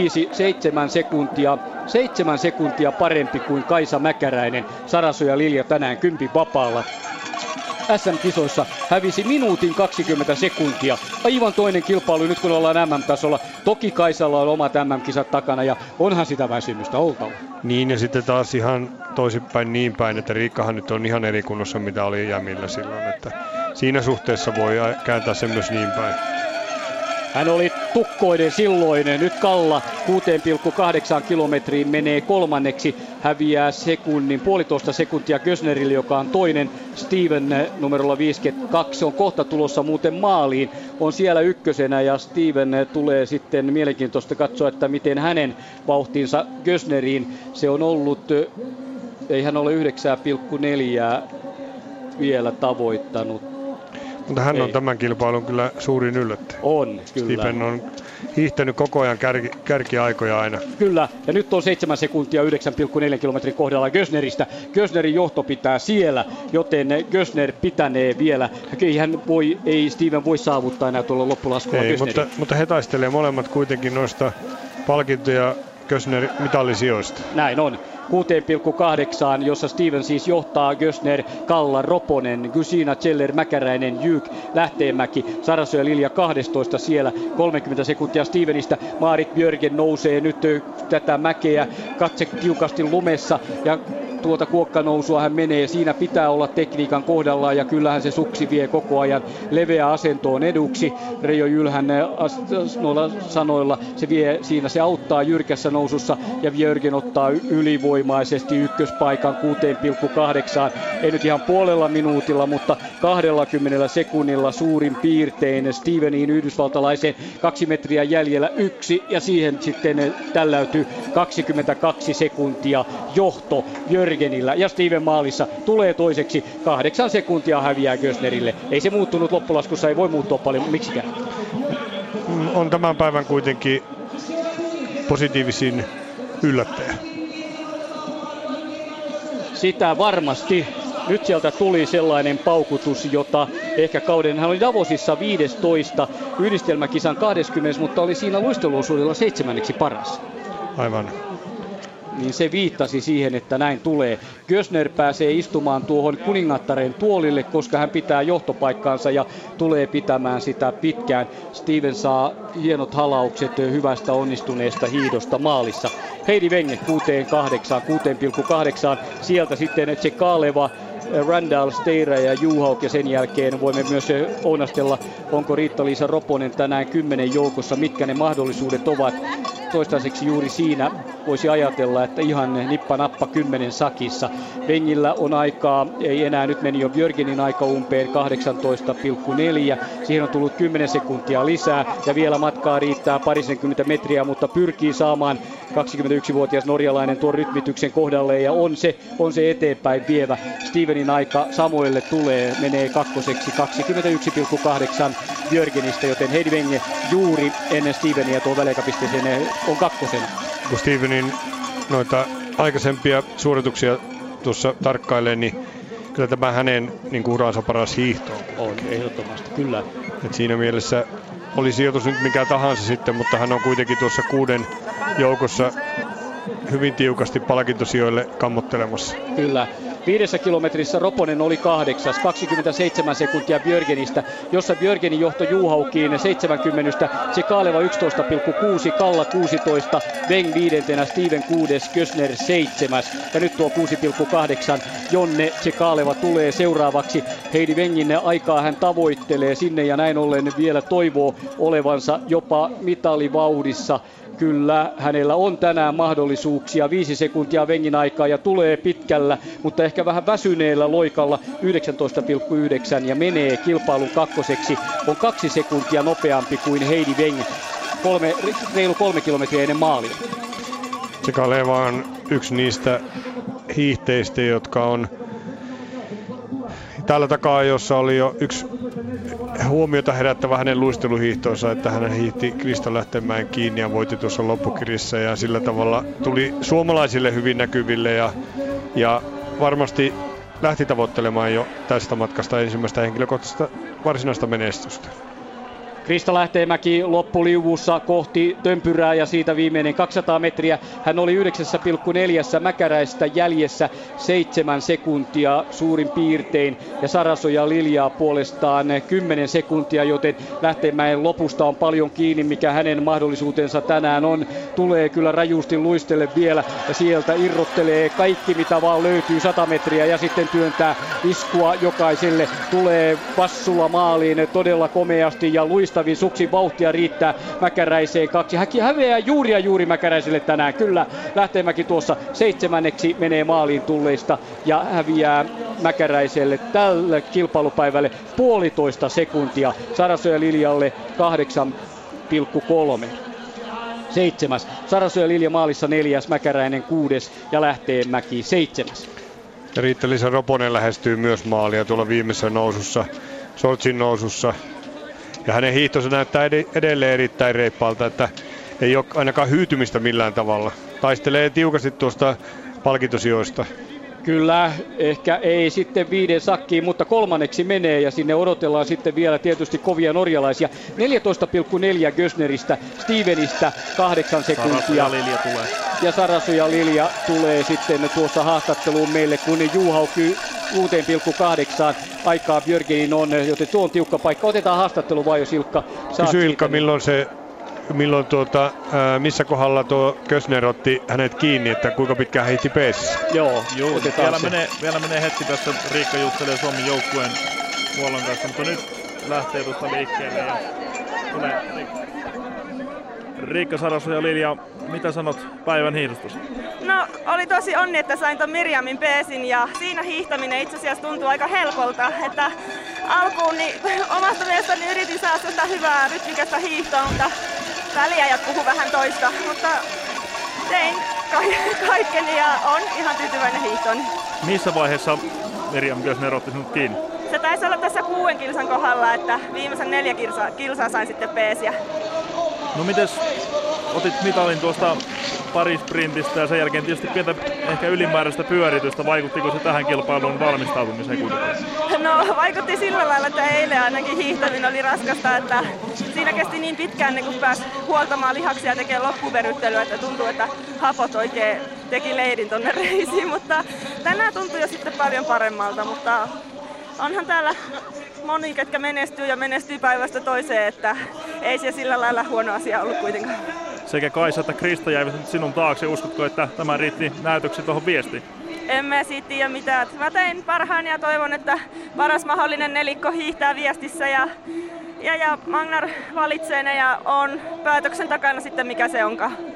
7 sekuntia parempi kuin Kaisa Mäkäräinen. Saraso ja Lilja tänään 10 vapaalla. SM-kisoissa hävisi minuutin 20 sekuntia. Aivan toinen kilpailu nyt kun ollaan MM-tasolla. Toki Kaisalla on omat MM-kisat takana ja onhan sitä väsymystä oltava. Niin ja sitten taas ihan toisinpäin niin päin, että Riikkahan nyt on ihan eri kunnossa mitä oli Jämillä silloin. Että siinä suhteessa voi kääntää sen myös niin päin. Hän oli tukkoinen silloin, nyt Kalla 6,8 kilometriin menee kolmanneksi, häviää puolitoista sekuntia Gössnerille, joka on toinen. Steven numerolla 52 on kohta tulossa muuten maaliin, on siellä ykkösenä ja Steven tulee sitten mielenkiintoista katsoa, että miten hänen vauhtinsa Gössneriin. Se on ollut, ei hän ole 9,4 vielä tavoittanut. Mutta hän on tämän kilpailun kyllä suurin yllättäjä. On, kyllä. Steven on hiihtänyt koko ajan kärkiaikoja aina. Kyllä, ja nyt on 7 sekuntia 9,4 kilometrin kohdalla Gössneristä. Gössnerin johto pitää siellä, joten Gössner pitänee vielä. Ei Steven voi saavuttaa enää tuolla loppulaskua Gössnerin. Mutta he taistelee molemmat kuitenkin noista palkintoja Gössner mitallisijoista. Näin on. 6,8, jossa Steven siis johtaa, Gössner, Kalla, Roponen, Gusina, Zeller, Mäkäräinen, Jyk, Lähteenmäki, Saraso ja Lilja 12 siellä, 30 sekuntia Stevenistä. Maarit Björgen nousee nyt tätä mäkeä, katse tiukasti lumessa ja tuota kuokkanousua hän menee, siinä pitää olla tekniikan kohdallaan ja kyllähän se suksi vie koko ajan leveä asentoon eduksi. Reijo Jylhän noilla sanoilla se vie siinä, se auttaa jyrkässä nousussa ja Björgen ottaa ylivoimaisesti ykköspaikan 6,8, ei nyt ihan puolella minuutilla, mutta 20 sekunnilla suurin piirtein Steveniin yhdysvaltalaiseen 2 metriä jäljellä 1 ja siihen sitten tälläytyy 22 sekuntia johto Björgenillä ja Steven maalissa tulee toiseksi, 8 sekuntia häviää Gössnerille. Ei se muuttunut loppulaskussa, ei voi muuttua paljon, miksikään. On tämän päivän kuitenkin positiivisin yllättäjä. Sitä varmasti. Nyt sieltä tuli sellainen paukutus, jota ehkä kauden, hän oli Davosissa 15, yhdistelmäkisan 20, mutta oli siinä luisteluosuudella 7. paras. Aivan. Niin se viittasi siihen, että näin tulee. Gössner pääsee istumaan tuohon kuningattaren tuolille, koska hän pitää johtopaikkaansa ja tulee pitämään sitä pitkään. Steven saa hienot halaukset hyvästä onnistuneesta hiidosta maalissa. Heidi Wenge 6,8. Sieltä sitten Tsekaleva, Randall, Steira ja Juhauk ja sen jälkeen voimme myös ounastella, onko Riitta-Liisa Roponen tänään 10 joukossa, mitkä ne mahdollisuudet ovat. Toistaiseksi juuri siinä voisi ajatella, että ihan nippa-nappa 10 sakissa. Wengillä on aikaa, ei enää, nyt meni jo Björgenin aika umpeen 18,4. Siihen on tullut 10 sekuntia lisää ja vielä matkaa riittää parisenkymmentä metriä, mutta pyrkii saamaan 21-vuotias norjalainen tuon rytmityksen kohdalle ja on se eteenpäin vievä. Stevenin aika Samuelle tulee, menee kakkoseksi 21,8 Björgenistä, joten Heidi Wenge juuri ennen Stevenia tuon väliaikapisteeseen on kakkosena. Kun Stevenin noita aikaisempia suorituksia tuossa tarkkailee, niin kyllä tämä hänen niin uransa paras hiihto on ehdottomasti, kyllä. Et siinä mielessä oli sijoitus nyt mikä tahansa sitten, mutta hän on kuitenkin tuossa 6 joukossa hyvin tiukasti palkintosijoille kammottelemassa. Kyllä. 5 kilometrissä Roponen oli 8, 27 sekuntia Björgenistä, jossa Björgenin johto Juhaukiin 70, Tsekaleva 11,6, Kalla 16, Weng 5, Steven 6, Kösner 7 ja nyt tuo 6,8 Jonne Tsekaleva tulee seuraavaksi. Heidi Wengin aikaa hän tavoittelee sinne ja näin ollen vielä toivoo olevansa jopa mitalivauhdissa. Kyllä, hänellä on tänään mahdollisuuksia, 5 sekuntia Wengin aikaa ja tulee pitkällä, mutta ehkä vähän väsyneellä loikalla 19,9 ja menee kilpailun kakkoseksi. On 2 sekuntia nopeampi kuin Heidi Weng, reilu 3 kilometriä ennen maalia. Tsekaleva on yksi niistä hiihteistä, jotka on täällä takaa, jossa oli jo yksi huomiota herättävä hänen luisteluhiihtonsa, että hän hiihti Krista Lähteenmäen kiinni ja voitti tuossa loppukirjassa ja sillä tavalla tuli suomalaisille hyvin näkyville ja varmasti lähti tavoittelemaan jo tästä matkasta ensimmäistä henkilökohtaista varsinaista menestystä. Krista Lähteenmäki loppuliuvussa kohti Tömpyrää ja siitä viimeinen 200 metriä. Hän oli 9,4 Mäkäräistä jäljessä 7 sekuntia suurin piirtein ja Sarasoja Liljaa puolestaan 10 sekuntia, joten Lähteenmäen lopusta on paljon kiinni, mikä hänen mahdollisuutensa tänään on. Tulee kyllä rajusti luistelle vielä ja sieltä irrottelee kaikki mitä vaan löytyy 100 metriä ja sitten työntää iskua jokaiselle. Tulee Vassula maaliin todella komeasti ja luistavin suksin vauhtia riittää Mäkäräiseen 2. Hän häveää juuri Mäkäräiselle tänään. Kyllä Lähteenmäki tuossa 7. menee maaliin tulleista ja häviää Mäkäräiselle tällä kilpailupäivälle 1,5 sekuntia. Sarasoja Liljalle 8,3. 7. Sarasoja Lilja maalissa 4. Mäkäräinen 6. ja Lähteenmäki 7. Ja Riitta-Liisa Roponen lähestyy myös maalia tuolla viimeisessä nousussa, Sortsin nousussa. Ja hänen hiihtonsa näyttää edelleen erittäin reippaalta, että ei ole ainakaan hyytymistä millään tavalla. Taistelee tiukasti tuosta palkintosijoista. Kyllä, ehkä ei sitten 5 sakkiin, mutta 3. menee ja sinne odotellaan sitten vielä tietysti kovia norjalaisia. 14,4 Gösneristä, Stevenistä 8 sekuntia. Ja Sarasoja Lilja tulee sitten tuossa haastatteluun meille, kun Juhauki 6,8 aikaa Björgenin on, joten tuo on tiukka paikka. Otetaan haastattelu vai jos Ilkka saa. Kysy Ilkka, missä kohdalla tuo Kösner otti hänet kiinni, että kuinka pitkään hiihti peesissä? Joo, vielä menee hetki tässä. Riikka juttelee Suomen joukkueen huollon kanssa, mutta nyt lähtee tuosta liikkeelle ja tulee Riikka, Sarasoja Lilja, mitä sanot päivän hiihdosta? No, oli tosi onni, että sain ton Mirjamin peesin ja siinä hiihtäminen itse asiassa tuntuu aika helpolta, että alkuun niin omasta mielestäni yritin saada sitä hyvää rytmikästä hiihtoa, mutta väliajat puhuu vähän toista, mutta tein kaikkeni ja on ihan tyytyväinen hiihtoon. Missä vaiheessa Mirjam Kösner otti sinut kiinni? Se taisi olla tässä 6 kilsan kohdalla, että viimeisen 4 kilsaa sain sitten peesiä. No mites otit mitalin tuosta parisprintistä ja sen jälkeen tietysti pientä ehkä ylimääräistä pyöritystä. Vaikuttiko se tähän kilpailuun valmistautumiseen kuitenkin? No vaikutti sillä lailla, että eilen ainakin hiihtäminen oli raskasta, että siinä kesti niin pitkään, kun pääsi huoltamaan lihaksia ja tekemään loppuveryttelyä, että tuntuu, että hapot oikein teki leidin tonne reisiin, mutta tänään tuntui jo sitten paljon paremmalta, mutta onhan täällä moni, ketkä menestyy päivästä toiseen, että ei se sillä lailla huono asia ollut kuitenkaan. Sekä Kaisa että Krista jäivät nyt sinun taakse. Uskotko, että tämä riitti näytöksi tuohon viestiin? En mä siitä tiedä mitään. Mä tein parhaani ja toivon, että paras mahdollinen nelikko hiihtää viestissä ja Magnar valitsee ne ja on päätöksen takana sitten mikä se onkaan.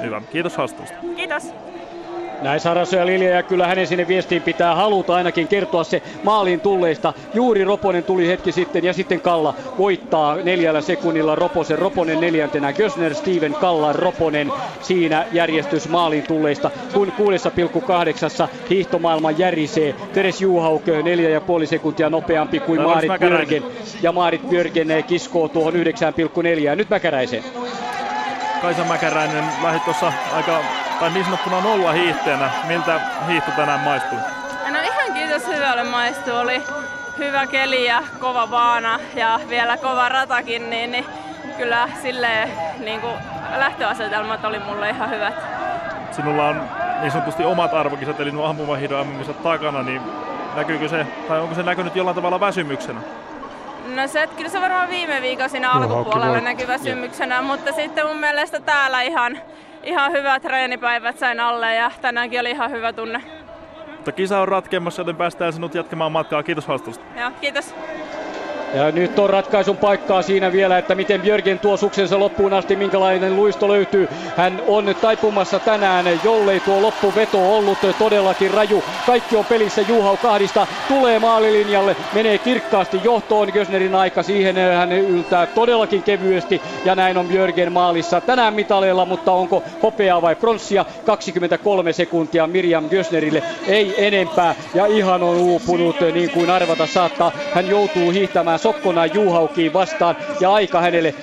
Hyvä. Kiitos haastattelusta. Kiitos. Näin Sarasoja Lilja, ja kyllä hänen sinne viestiin pitää haluta ainakin kertoa se maaliin tulleista. Juuri Roponen tuli hetki sitten ja sitten Kalla voittaa 4 sekunnilla Roponen 4. Gössner, Steven, Kalla, Roponen siinä järjestys maaliin tulleista. Kun 6,8 hiihtomaailma järisee. Teres Juhauk 4,5 sekuntia nopeampi kuin Maarit Björgen. Ja Maarit Björgen kiskoo tuohon 9,4. Nyt Mäkäräisen. Kaisa Mäkäräinen lähti tuossa aika niin sanottuna nolla hiihteenä. Miltä hiihto tänään maistui? No ihan kiitos, hyvälle maistui. Oli hyvä keli ja kova baana ja vielä kova ratakin, niin kyllä silleen niin kuin lähtöasetelmat oli mulle ihan hyvät. Sinulla on niin sanotusti omat arvokisat, eli nuo ampumahiidon MM-kisat takana, niin näkyykö se, tai onko se näkynyt jollain tavalla väsymyksenä? No kyllä se varmaan viime viikon siinä alkupuolella näkyi väsymyksenä, mutta sitten mun mielestä täällä ihan hyvät treenipäivät sain alle ja tänäänkin oli ihan hyvä tunne. Mutta kisa on ratkeamassa, joten päästään sinut jatkemaan matkaa. Kiitos haastattelusta. Joo, kiitos. Ja nyt on ratkaisun paikkaa siinä vielä, että miten Björgen tuo suksensa loppuun asti, minkälainen luisto löytyy. Hän on taipumassa tänään, jollei tuo loppuveto ollut todellakin raju. Kaikki on pelissä, Juhauk kahdista tulee maalilinjalle, menee kirkkaasti johtoon. Gössnerin aika, siihen hän yltää todellakin kevyesti ja näin on Björgen maalissa tänään mitaleilla, mutta onko hopeaa vai pronssia? 23 sekuntia Miriam Gössnerille, ei enempää, ja ihan on uupunut niin kuin arvata saattaa. Hän joutuu hiihtämään sokkona Juhaukiin vastaan ja aika hänelle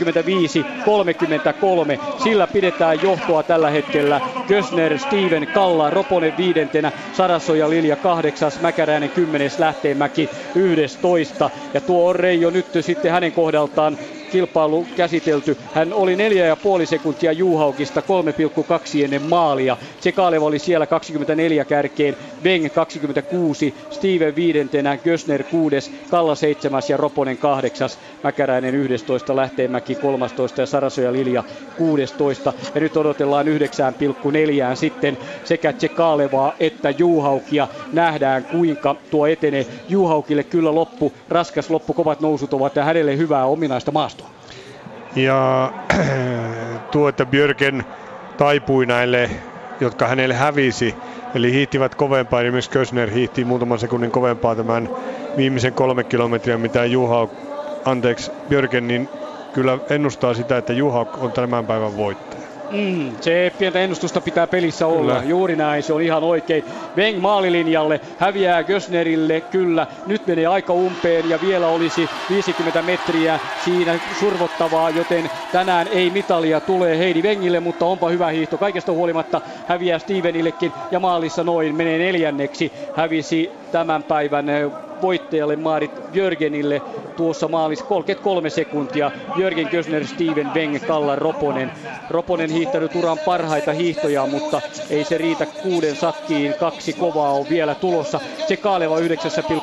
25-33. Sillä pidetään johtoa tällä hetkellä. Gössner, Steven, Kalla, Roponen 5. Sarasoja Lilja 8. Mäkäräinen 10. Lähteenmäki 11. Ja tuo on Reijo nyt sitten hänen kohdaltaan kilpailu käsitelty. Hän oli 4,5 sekuntia Juhaukista, 3,2 ennen maalia. Tsekaleva oli siellä 24 kärkeen, Weng 26, Steven 5, Gössner 6, Kalla 7 ja Roponen 8, Mäkäräinen 11, Lähteenmäki 13 ja Sarasoja Lilja 16. Ja nyt odotellaan 9,4 sitten sekä Tsekalevaa että Juhaukia. Nähdään kuinka tuo etenee. Juhaukille kyllä raskas loppu, kovat nousut ovat ja hänelle hyvää ominaista maastoa. Ja tuo, että Björgen taipui näille, jotka hänelle hävisi, eli hiihtivät kovempaa, esimerkiksi Gössner hiihti muutaman sekunnin kovempaa tämän viimeisen 3 kilometriä, mitä Björgen, niin kyllä ennustaa sitä, että Juhauk on tämän päivän voittaja. Se pientä ennustusta pitää pelissä olla. Kyllä. Juuri näin, se on ihan oikein. Weng maalilinjalle, häviää Gössnerille, kyllä. Nyt menee aika umpeen ja vielä olisi 50 metriä siinä survottavaa, joten tänään ei mitalia tulee Heidi Wengille, mutta onpa hyvä hiihto. Kaikesta huolimatta häviää Stevenillekin ja maalissa noin menee 4. Hävisi tämän päivän voittajalle Maarit Björgenille tuossa maalissa 33 sekuntia. Björgen, Gössner, Steven, Weng, Kalla, Roponen. Roponen hiihtänyt uran parhaita hiihtoja, mutta ei se riitä 6 sakkiin. 2 kovaa on vielä tulossa. Tsekaleva 9,4.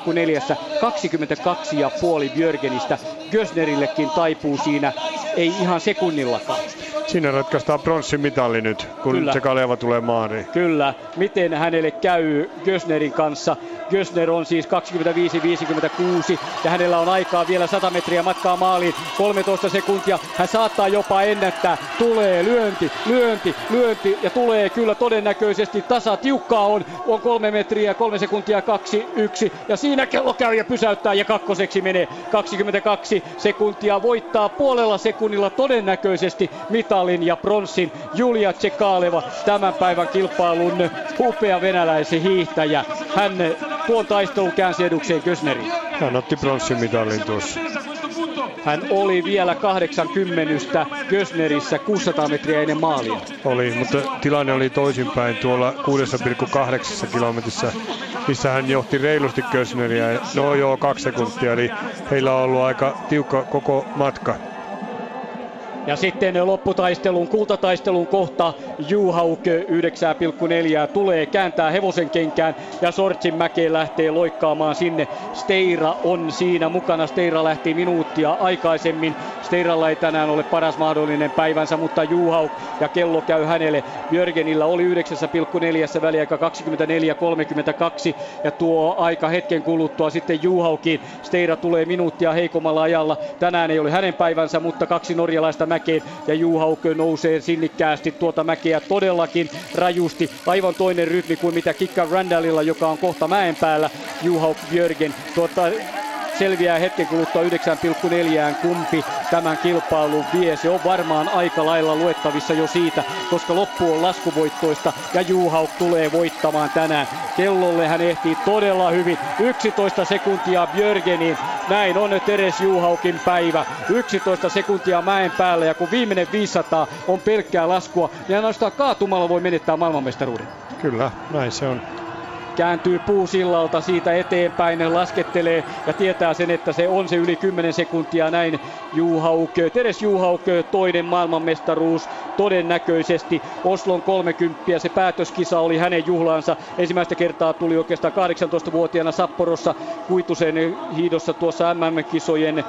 22,5 Björgenistä. Gössnerillekin taipuu siinä, ei ihan sekunnillakaan. Siinä ratkaistaan pronssimitali nyt, kun Tsekaleva tulee maaliin. Kyllä. Miten hänelle käy Gössnerin kanssa? Gössner on siis 25-56 ja hänellä on aikaa vielä 100 metriä matkaa maaliin. 13 sekuntia. Hän saattaa jopa ennättää. Tulee lyönti ja tulee kyllä todennäköisesti tasa. Tiukkaa on 3 metriä, 3 sekuntia, 2, 1 ja siinä kello käy ja pysäyttää ja kakkoseksi menee 22 sekuntia. Voittaa 0,5 sekunnilla todennäköisesti mitalin ja pronssin Julia Tsekaleva, tämän päivän kilpailun upea venäläisen hiihtäjä. Hän tuon taistelun käänsi edukseen Gössneriin. Hän otti pronssimitalin tuossa. Hän oli vielä 80 Gössnerissä 600 metriä ennen maalia. Oli, mutta tilanne oli toisinpäin tuolla 6,8 kilometrissä, missä hän johti reilusti Gössneriä. 2 sekuntia, eli heillä on ollut aika tiukka koko matka. Ja sitten lopputaistelun, kultataistelun kohta Juhauk 9,4 tulee, kääntää hevosen kenkään ja Sortsinmäkeen lähtee loikkaamaan sinne. Steira on siinä mukana, Steira lähti minuuttia aikaisemmin. Steiralla ei tänään ole paras mahdollinen päivänsä, mutta Juhauk ja kello käy hänelle. Björgenillä oli 9,4 väliaika 24.32 ja tuo aika hetken kuluttua sitten Juhaukiin. Steira tulee minuuttia heikommalla ajalla. Tänään ei ole hänen päivänsä, mutta 2 norjalaista mäkeen ja Juhauk nousee sinnikkäästi tuota mäkeä todellakin rajusti. Aivan toinen rytmi kuin mitä Kikka Randallilla, joka on kohta mäen päällä. Juhauk Björgen selviää hetken kuluttua 9,4, kumpi tämän kilpailun vie. Se on varmaan aika lailla luettavissa jo siitä, koska loppu on laskuvoittoista ja Juhauk tulee voittamaan tänään. Kellolle hän ehtii todella hyvin. 11 sekuntia Björgeniin. Näin on Teres Juhaukin päivä. 11 sekuntia mäen päällä ja kun viimeinen 500 on pelkkää laskua, niin ainoastaan kaatumalla voi menettää maailmanmestaruuden. Kyllä, näin se on. Kääntyy puusillalta siitä eteenpäin, laskettelee ja tietää sen, että se on se yli 10 sekuntia. Näin Juhauk, Teres Juhauk, toinen maailmanmestaruus todennäköisesti. Oslon 30, se päätöskisa oli hänen juhlaansa. Ensimmäistä kertaa tuli oikeastaan 18-vuotiaana Sapporossa Kuitusen hiidossa tuossa MM-kisojen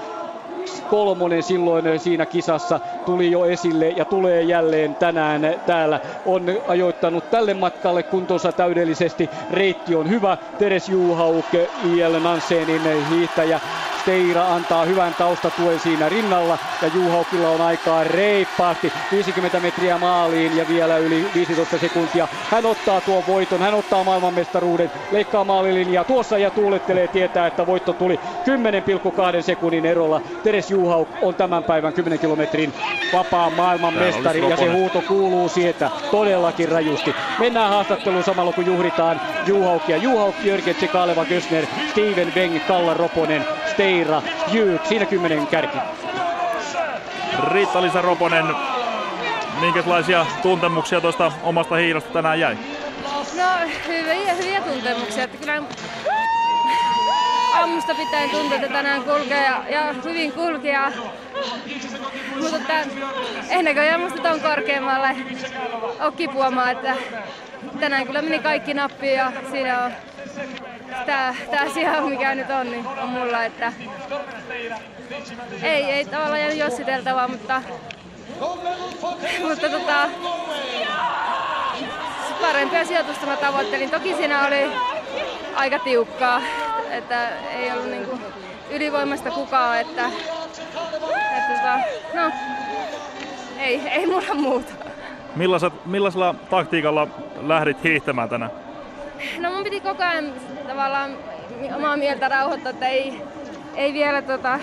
3 silloin siinä kisassa tuli jo esille ja tulee jälleen tänään täällä. On ajoittanut tälle matkalle kuntonsa täydellisesti. Reitti on hyvä. Teres Juhauk, IL Nansenin hiihtäjä. Steira antaa hyvän taustatuen siinä rinnalla ja Juhaukilla on aikaa reippaasti 50 metriä maaliin ja vielä yli 15 sekuntia. Hän ottaa tuon voiton, hän ottaa maailmanmestaruuden, leikkaa maalilinjaa tuossa ja tuulettelee, tietää, että voitto tuli 10,2 sekunnin erolla. Teres Juhauk on tämän päivän 10 kilometrin vapaa maailmanmestari ja se huuto kuuluu sieltä todellakin rajusti. Mennään haastatteluun samalla kun juhlitaan Juhaukia. Juhauk, Björgen, Tsekaleva, Gössner, Steven Weng, Kalla Roponen, Steira, Jyk, siinä 10 kärki. Riitta-Liisa Roponen, minkälaisia tuntemuksia tuosta omasta hiidosta tänään jäi? No hyviä tuntemuksia, että kyllä aamusta pitäen tuntuu, että tänään kulkee ja hyvin kulkea. Mutta ei näköjään musta ton korkeammalle ole kipuamaan, että tänään kyllä meni kaikki nappiin ja siinä on tää asia, mikä nyt on, niin on mulla, että ei tavallaan jäänyt jossiteltavaa, mutta parempia sijoitusta mä tavoittelin. Toki siinä oli aika tiukkaa, että ei ollut niinku ylivoimasta kukaan, että no ei mulla muuta. Millaisella taktiikalla lähdit hiihtämään tänään? No mun piti koko ajan tavallaan omaa mieltä rauhoittaa, että ei vielä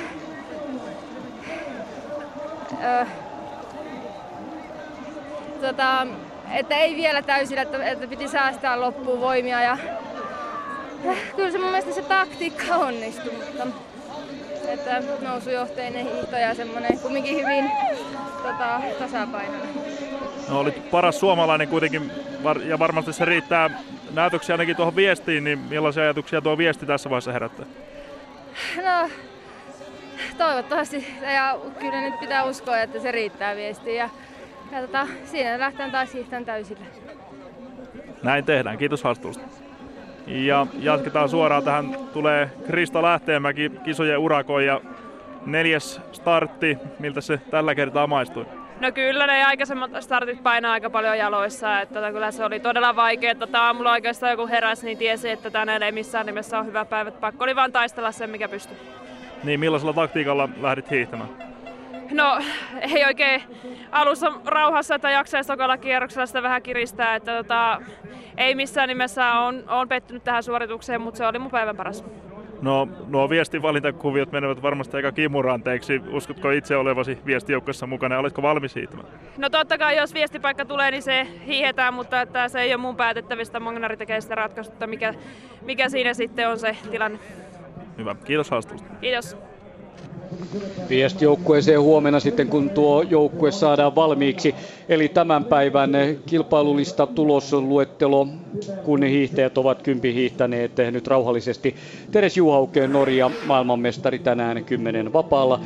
että ei vielä täysillä, että piti säästää loppuun voimia ja kyllä se mun mielestä se taktiikka onnistui, mutta että nousujohteinen hiihto ja semmoinen kumminkin hyvin tasapainoinen. No olit paras suomalainen kuitenkin ja varmasti se riittää näytöksiä ainakin tuohon viestiin, niin millaisia ajatuksia tuo viesti tässä vaiheessa herättää? No toivottavasti ja kyllä nyt pitää uskoa, että se riittää viestiin ja siinä lähtee taas hiihtään täysillä. Näin tehdään, kiitos haastattelusta. Ja jatketaan suoraan tähän, tulee Krista Lähteenmäki kisojen urakoon ja 4. startti, miltä se tällä kertaa maistui? No kyllä ne aikaisemmat startit painaa aika paljon jaloissa, että kyllä se oli todella vaikeaa. Aamulla oikeastaan joku heräsi, niin tiesi, että tänään ei missään nimessä ole hyvä päivä. Pakko oli vaan taistella sen, mikä pystyi. Niin, millaisella taktiikalla lähdit hiihtämään? No ei oikein alussa rauhassa, että jaksaa tokalla kierroksella sitä vähän kiristää. Että ei missään nimessä on pettynyt tähän suoritukseen, mutta se oli mun päivän paras. No, nuo viestivalintakuviot menevät varmasti aika kimuranteeksi. Uskotko itse olevasi viestijoukkossa mukana ja oletko valmis hiihtämään? No totta kai, jos viestipaikka tulee, niin se hiihetään, mutta että se ei ole mun päätettävistä. Magnari tekee sitä ratkaisutta, mikä siinä sitten on se tilanne. Hyvä, kiitos haastattelusta. Kiitos. Viestijoukkueeseen huomenna sitten, kun tuo joukkue saadaan valmiiksi. Eli tämän päivän kilpailulista tulosluettelo, kun hiihtäjät ovat 10 hiihtäneet nyt rauhallisesti. Teres Juhauk, Norja, maailmanmestari tänään 10 vapaalla,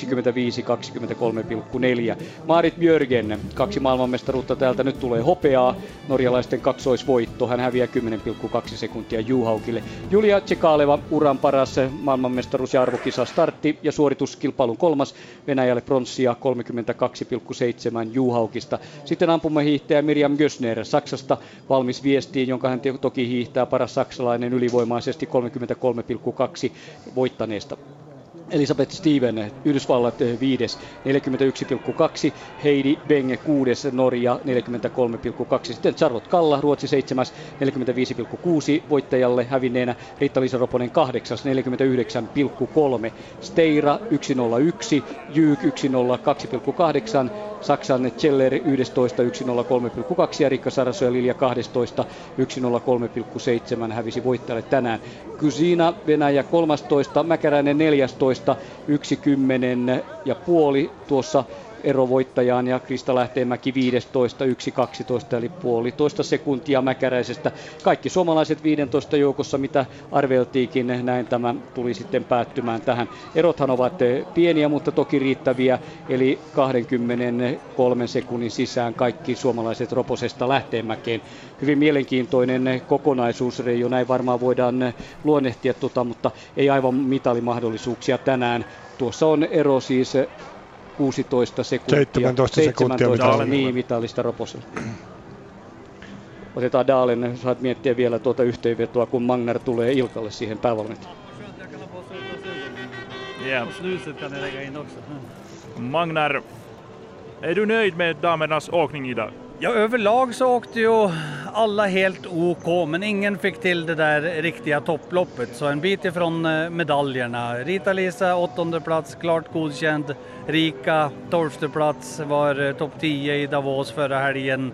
25-23,4. Marit Björgen, 2 maailmanmestaruutta täältä, nyt tulee hopeaa. Norjalaisten kaksoisvoitto, hän häviää 10,2 sekuntia Juhaukille. Julia Tsekaleva, uran paras maailmanmestaruus- ja arvokisa startti ja suoritus, kilpailun 3. Venäjälle pronssia 32,7 Juhaukista. Sitten ampumahiihtäjä Miriam Gössner Saksasta valmis viestiin, jonka hän toki hiihtää paras saksalainen ylivoimaisesti 33,2 voittaneesta. Elisabeth Steven, Yhdysvallat 5, 41,2, Heidi Benge 6, Norja 43,2, sitten Charlotte Kalla, Ruotsi 7, 45,6, voittajalle hävinneenä Riitta-Liisa Roponen 8, 49,3, Steira 101, Jyk 102,8, Saksan Zeller 11, 103,2 ja Riikka Saraso ja Lilja 12, 103,7 hävisi voittajalle tänään. Kysina Venäjä 13, Mäkäräinen 14, 1,10,5 tuossa ero voittajaan ja Krista Lähteenmäki 15, 1,12 eli 1,5 sekuntia Mäkäräisestä. Kaikki suomalaiset 15 joukossa, mitä arveltiikin, näin tämä tuli sitten päättymään tähän. Erothan ovat pieniä, mutta toki riittäviä, eli 23 sekunnin sisään kaikki suomalaiset Roposesta Lähteenmäkeen. Hyvin mielenkiintoinen kokonaisuus, Reijo, näin varmaan voidaan luonnehtia, mutta ei aivan mitalimahdollisuuksia tänään. Tuossa on ero siis 16 sekuntia. 17 niin, mitallista Roposella. Otetaan Daalen, saat miettiä vielä tuota yhteenvetoa, kun Magnar tulee Ilkalle siihen päävalmentajalle. Yeah. Magnar, är du nöjd med damernas åkning idag? Ja, överlag så åkte ju alla helt OK, men ingen fick till det där riktiga topploppet. Så en bit ifrån medaljerna. Rita-Lisa 8:e plats, klart godkänd. Rika 12:e plats, var topp 10 i Davos förra helgen.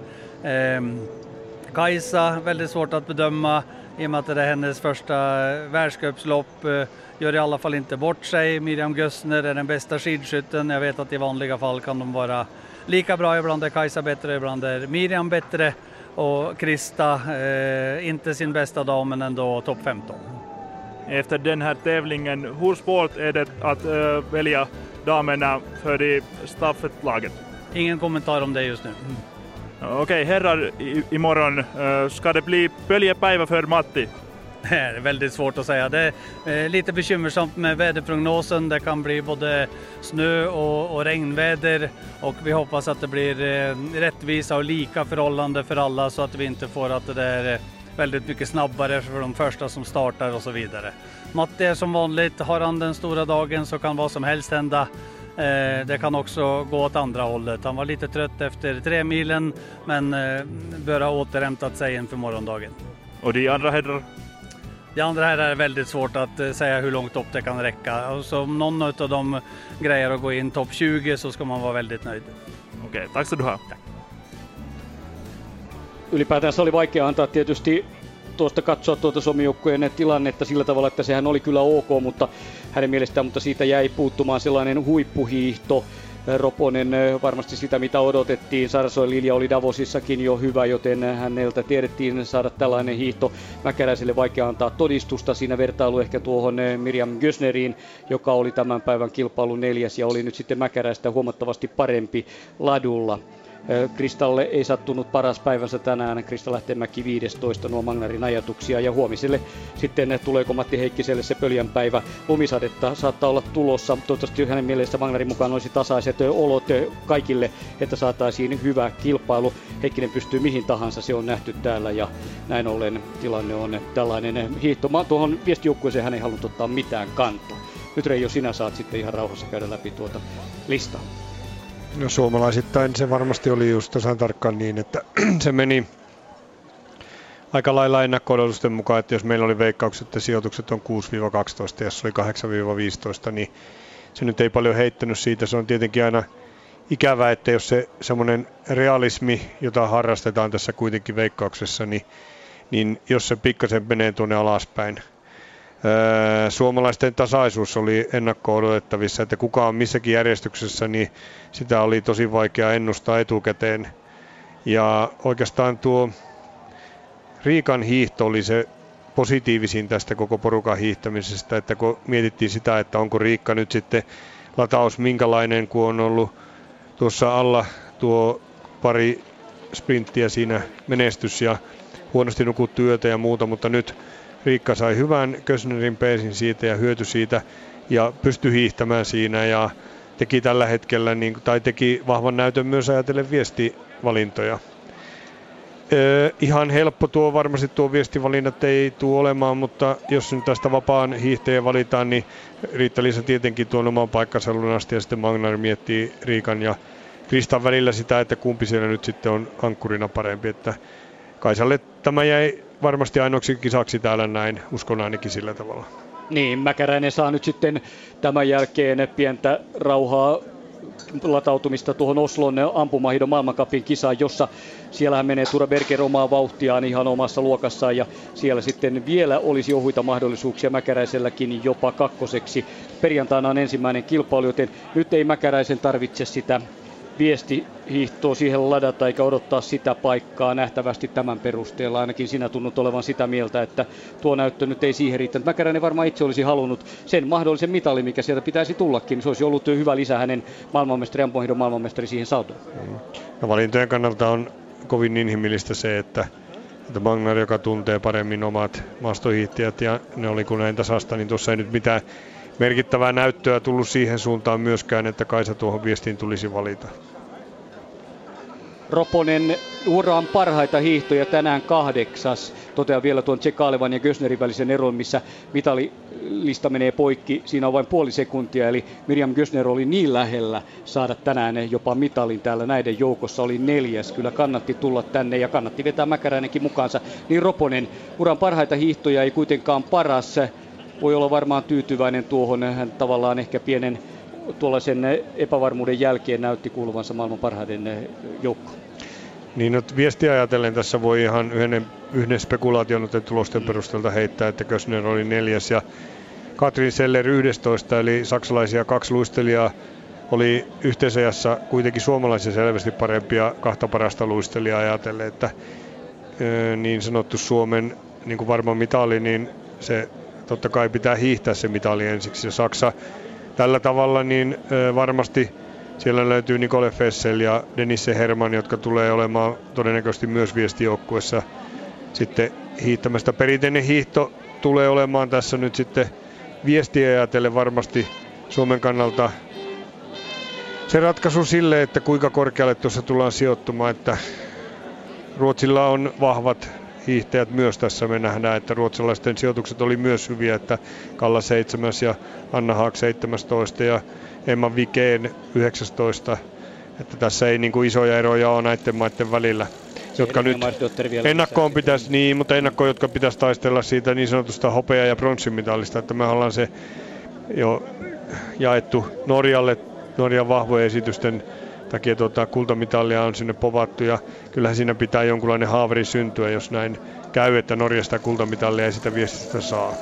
Kajsa, väldigt svårt att bedöma i och med att det är hennes första världscupslopp. Gör i alla fall inte bort sig. Miriam Gössner är den bästa skidskytten. Jag vet att i vanliga fall kan de vara lika bra, ibland är Kajsa bättre, ibland är Miriam bättre, och Krista inte sin bästa dag men ändå topp 15. Efter den här tävlingen, hur svårt är det att välja damerna för i stafettlaget? Ingen kommentar om det just nu. Okej, herrar, imorgon ska det bli böljepäivä för Matti? Det är väldigt svårt att säga. Det är lite bekymmersamt med väderprognosen. Det kan bli både snö och regnväder, och vi hoppas att det blir rättvisa och lika förhållande för alla, så att vi inte får att det är väldigt mycket snabbare för de första som startar och så vidare. Matti är som vanligt, har han den stora dagen så kan vad som helst hända. Det kan också gå åt andra hållet. Han var lite trött efter 3 milen, men bör ha återhämtat sig inför morgondagen. Och de andra herrar? Det andra här är väldigt svårt att säga hur långt upp det kan räcka. Alltså, om någon av dem grejer att gå in topp 20 så ska man vara väldigt nöjd. Okei, tack ska du ha. Tack. Ylipäätään se oli vaikea antaa tietysti tuosta katsoa tuota Suomi-joukkueen tilannetta sillä tavalla, että sehän oli kyllä ok, mutta hänen mielestään, mutta siitä jäi puuttumaan sellainen huippuhiihto. Roponen varmasti sitä, mitä odotettiin. Sarsoen Lilja oli Davosissakin jo hyvä, joten häneltä tiedettiin saada tällainen hiihto. Mäkäräiselle vaikea antaa todistusta. Siinä vertailu ehkä tuohon Miriam Gössneriin, joka oli tämän päivän kilpailun 4. ja oli nyt sitten Mäkäräistä huomattavasti parempi ladulla. Kristalle ei sattunut paras päivänsä tänään. Krista Lähteenmäki 15, nuo Magnarin ajatuksia. Ja huomiselle sitten tuleeko Matti Heikkiselle se pöljän päivä. Lumisadetta saattaa olla tulossa. Toivottavasti hänen mielessä Magnarin mukaan olisi tasaiset olot kaikille, että saataisiin hyvä kilpailu. Heikkinen pystyy mihin tahansa, se on nähty täällä ja näin ollen tilanne on tällainen hiihto. Tuohon viestijoukkueeseen hän ei halunnut ottaa mitään kantaa. Nyt Reijo, sinä saat sitten ihan rauhassa käydä läpi tuota listaa. No suomalaisittain se varmasti oli just tasan tarkkaan niin, että se meni aika lailla ennakko-odotusten mukaan, että jos meillä oli veikkaukset, että sijoitukset on 6-12 ja jos oli 8-15, niin se nyt ei paljon heittänyt siitä. Se on tietenkin aina ikävää, että jos se semmoinen realismi, jota harrastetaan tässä kuitenkin veikkauksessa, niin jos se pikkasen menee tuonne alaspäin. Suomalaisten tasaisuus oli ennakko-odotettavissa, että kuka on missäkin järjestyksessä, niin sitä oli tosi vaikea ennustaa etukäteen. Ja oikeastaan tuo Riikan hiihto oli se positiivisin tästä koko porukan hiihtämisestä, että kun mietittiin sitä, että onko Riikka nyt sitten lataus minkälainen, kun on ollut tuossa alla tuo pari sprinttiä siinä menestys ja huonosti nukuttu yötä ja muuta, mutta nyt Riikka sai hyvän Gössnerin peesin siitä ja hyötyi siitä. ja pystyi hiihtämään siinä ja teki tällä hetkellä, teki vahvan näytön myös ajatellen viestivalintoja. Ihan helppo varmasti tuo viestivalinnat ei tule olemaan, mutta jos nyt tästä vapaan hiihtäjän valitaan, niin Riitta-Liisa tietenkin tuon oman paikkansa lunasti ja sitten Magnar miettii Riikan ja Kristan välillä sitä, että kumpi siellä nyt sitten on ankkurina parempi. Että Kaisalle tämä jäi varmasti ainoaksi kisaksi täällä näin, uskon ainakin sillä tavalla. Niin, Mäkäräinen saa nyt sitten tämän jälkeen pientä rauhaa latautumista tuohon Oslon ampumahiidon maailmancupin kisaan, jossa siellähän menee Tura Berger omaa vauhtiaan ihan omassa luokassaan ja siellä sitten vielä olisi ohuita mahdollisuuksia Mäkäräiselläkin jopa kakkoseksi. Perjantaina on ensimmäinen kilpailu, joten nyt ei Mäkäräisen tarvitse sitä viestihiihtoa siihen ladata eikä odottaa sitä paikkaa nähtävästi tämän perusteella. Ainakin sinä tunnut olevan sitä mieltä, että tuo näyttö nyt ei siihen riittänyt. Mäkäräinen varmaan itse olisi halunnut sen mahdollisen mitalin, mikä sieltä pitäisi tullakin. Se olisi ollut hyvä lisä hänen ampumahiidon maailmanmestari siihen saatuun. No, valintojen kannalta on kovin inhimillistä se, että Magnar, joka tuntee paremmin omat maastohiihtäjät ja ne oli kun näin tasasta, niin tuossa ei nyt mitään merkittävää näyttöä tullut siihen suuntaan myöskään, että Kaisa tuohon viestiin tulisi valita. Roponen uran parhaita hiihtoja tänään 8. Totean vielä tuon Tsekalevan ja Gösnerin välisen eron, missä mitalilista menee poikki. Siinä on vain puoli sekuntia, eli Miriam Gösner oli niin lähellä saada tänään jopa mitalin täällä näiden joukossa. Oli 4. Kyllä kannatti tulla tänne ja kannatti vetää Mäkäräinenkin mukaansa. Niin Roponen uran parhaita hiihtoja ei kuitenkaan paras. Voi olla varmaan tyytyväinen tuohon. Hän tavallaan ehkä pienen tuollaisen epävarmuuden jälkeen näytti kuuluvansa maailman parhaiden joukkoon. Niin, viestiä ajatellen tässä voi ihan yhden spekulaation tulosten perusteelta heittää, että Gösner oli 4. ja Katrin Seller 11, eli saksalaisia 2 luistelijaa oli yhteisajassa kuitenkin suomalaisia selvästi parempia 2 parasta luistelijaa ajatellen, että niin sanottu Suomen niin kuin varma mitali, niin se totta kai pitää hiihtää se mitali ensiksi. Ja Saksa tällä tavalla, niin varmasti siellä löytyy Nicole Fessel ja Denise Hermann, jotka tulee olemaan todennäköisesti myös viestijoukkuessa sitten hiihtämästä. Perinteinen hiihto tulee olemaan tässä nyt sitten viestiä ajatellen varmasti Suomen kannalta se ratkaisu sille, että kuinka korkealle tuossa tullaan sijoittumaan, että Ruotsilla on vahvat hiihtäjät myös tässä. Me nähdään, että ruotsalaisten sijoitukset oli myös hyviä, että Kalla 7. ja Anna Haag 17. ja Emma Wikén 19. Että tässä ei niin kuin isoja eroja ole näiden maiden välillä, jotka nyt ennakkoon pitäisi, mutta ennakkoon, jotka pitäisi taistella siitä niin sanotusta hopea- ja pronssimitalista, että me ollaan se jo jaettu Norjan vahvojen esitysten takia kultamitalia on sinne povattu ja kyllähän siinä pitää jonkunlainen haaveri syntyä, jos näin käy, että Norjasta kultamitalia ei sitä viestistä saa.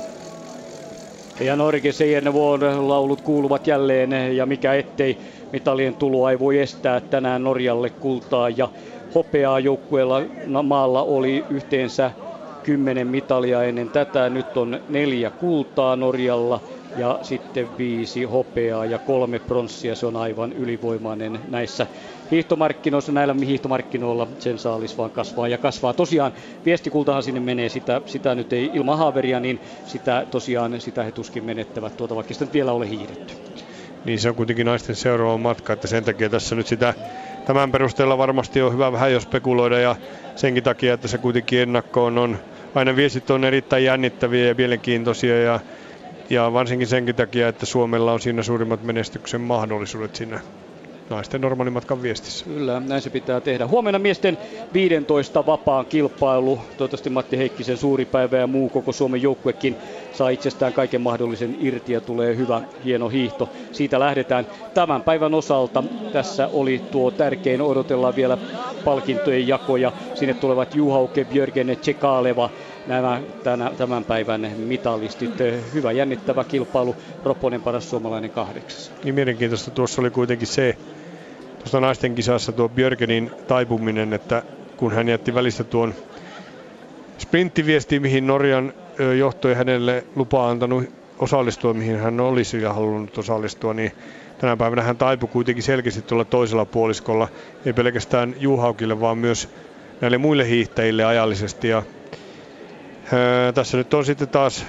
Ja Norge säger laulut kuuluvat jälleen ja mikä ettei mitalien tuloa ei voi estää tänään Norjalle kultaa ja hopeaa joukkueella maalla oli yhteensä 10 mitalia ennen tätä. Nyt on 4 kultaa Norjalla ja sitten 5 hopeaa ja 3 pronssia. Se on aivan ylivoimainen näissä hiihtomarkkinoissa. Näillä hiihtomarkkinoilla sen saalis vaan kasvaa ja kasvaa. Tosiaan viestikultahan sinne menee, sitä nyt ei ilman haaveria, niin sitä he tuskin menettävät, vaikka sitä nyt vielä ole hiihdetty. Niin se on kuitenkin naisten seuraava matka, että sen takia tässä nyt sitä tämän perusteella varmasti on hyvä vähän jo spekuloida ja senkin takia, että se kuitenkin ennakkoon on, aina viestit on erittäin jännittäviä ja mielenkiintoisia ja varsinkin senkin takia, että Suomella on siinä suurimmat menestyksen mahdollisuudet siinä naisten normaalimatkan viestissä. Kyllä, näin se pitää tehdä. Huomenna miesten 15 vapaan kilpailu. Toivottavasti Matti Heikkisen suuri päivä ja muu koko Suomen joukkuekin saa itsestään kaiken mahdollisen irti ja tulee hyvä, hieno hiihto. Siitä lähdetään tämän päivän osalta. Tässä oli tuo tärkein, odotellaan vielä palkintojen jakoja. Sinne tulevat Juhauke, Björgen, Tsekaleva. Nämä tämän päivän mitalistit. Hyvä jännittävä kilpailu. Roponen paras suomalainen 8. Niin mielenkiintoista tuossa oli kuitenkin se, tuosta naisten kisassa tuo Björgenin taipuminen, että kun hän jätti välistä tuon sprinttiviesti, mihin Norjan johto ei hänelle lupaa antanut osallistua, mihin hän olisi ja halunnut osallistua, niin tänä päivänä hän taipui kuitenkin selkeästi tuolla toisella puoliskolla, ei pelkästään Juhaukille, vaan myös näille muille hiihtäjille ajallisesti. Ja tässä nyt on sitten taas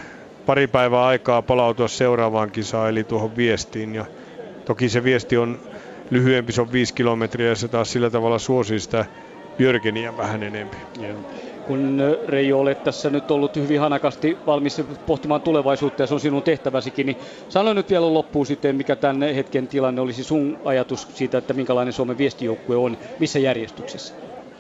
pari päivää aikaa palautua seuraavaan kisaan, eli tuohon Viestiin. Ja toki se Viesti on lyhyempi, se on 5 kilometriä ja se taas sillä tavalla suosii sitä Björgeniä vähän enemmän. Kun Reijo olet tässä nyt ollut hyvin hanakasti valmis pohtimaan tulevaisuutta ja se on sinun tehtäväsikin, niin sano nyt vielä loppuun sitten, mikä tämän hetken tilanne olisi sun ajatus siitä, että minkälainen Suomen Viestijoukkue on, missä järjestyksessä?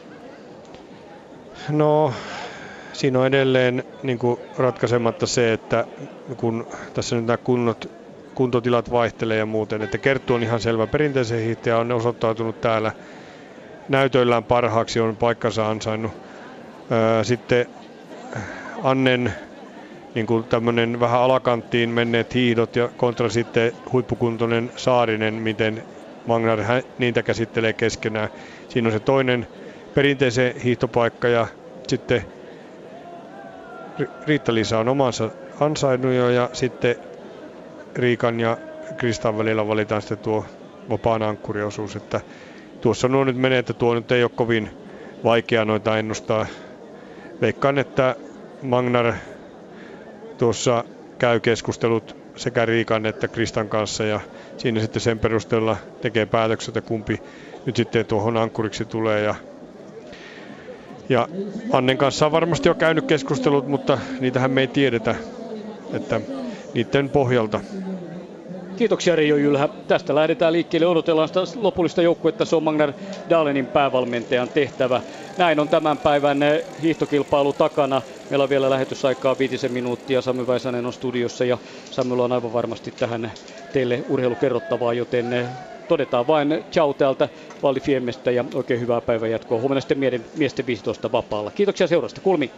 No, siinä on edelleen niin kuin ratkaisematta se, että kun tässä nyt nämä kuntotilat vaihtelee ja muuten, että Kerttu on ihan selvä perinteisen hiihtäjä, on osoittautunut täällä näytöillään parhaaksi, on paikkansa ansainnut. Sitten Annen niin kuin tämmöinen vähän alakanttiin menneet hiihdot ja kontra sitten huippukuntoinen Saarinen, miten Magnar niitä käsittelee keskenään. Siinä on se toinen perinteisen hiihtopaikka ja sitten Riitta-Liisa on omansa ansainnut jo ja sitten Riikan ja Kristan välillä valitaan sitten tuo vapaan ankkuriosuus, että tuossa nuo nyt menee, että tuo nyt ei ole kovin vaikea noita ennustaa. Veikkaan, että Magnar tuossa käy keskustelut sekä Riikan että Kristan kanssa ja siinä sitten sen perusteella tekee päätökset, että kumpi nyt sitten tuohon ankkuriksi tulee. Ja Annen kanssa on varmasti jo käynyt keskustelut, mutta niitähän me ei tiedetä, että niiden pohjalta. Kiitoksia Reijo Jylhä. Tästä lähdetään liikkeelle. Odotellaan sitä lopullista joukkuetta. Se on Magnar Dahlenin päävalmentajan tehtävä. Näin on tämän päivän hiihtokilpailu takana. Meillä on vielä lähetysaikaa 5 minuuttia. Sami Väisänen on studiossa ja Samulla on aivan varmasti tähän teille urheilukerrottavaa, joten todetaan vain ciao täältä Val di Fiemmestä ja oikein hyvää päivän jatkoa. Huomenna sitten miesten 15 vapaalla. Kiitoksia seurasta. Kulmi.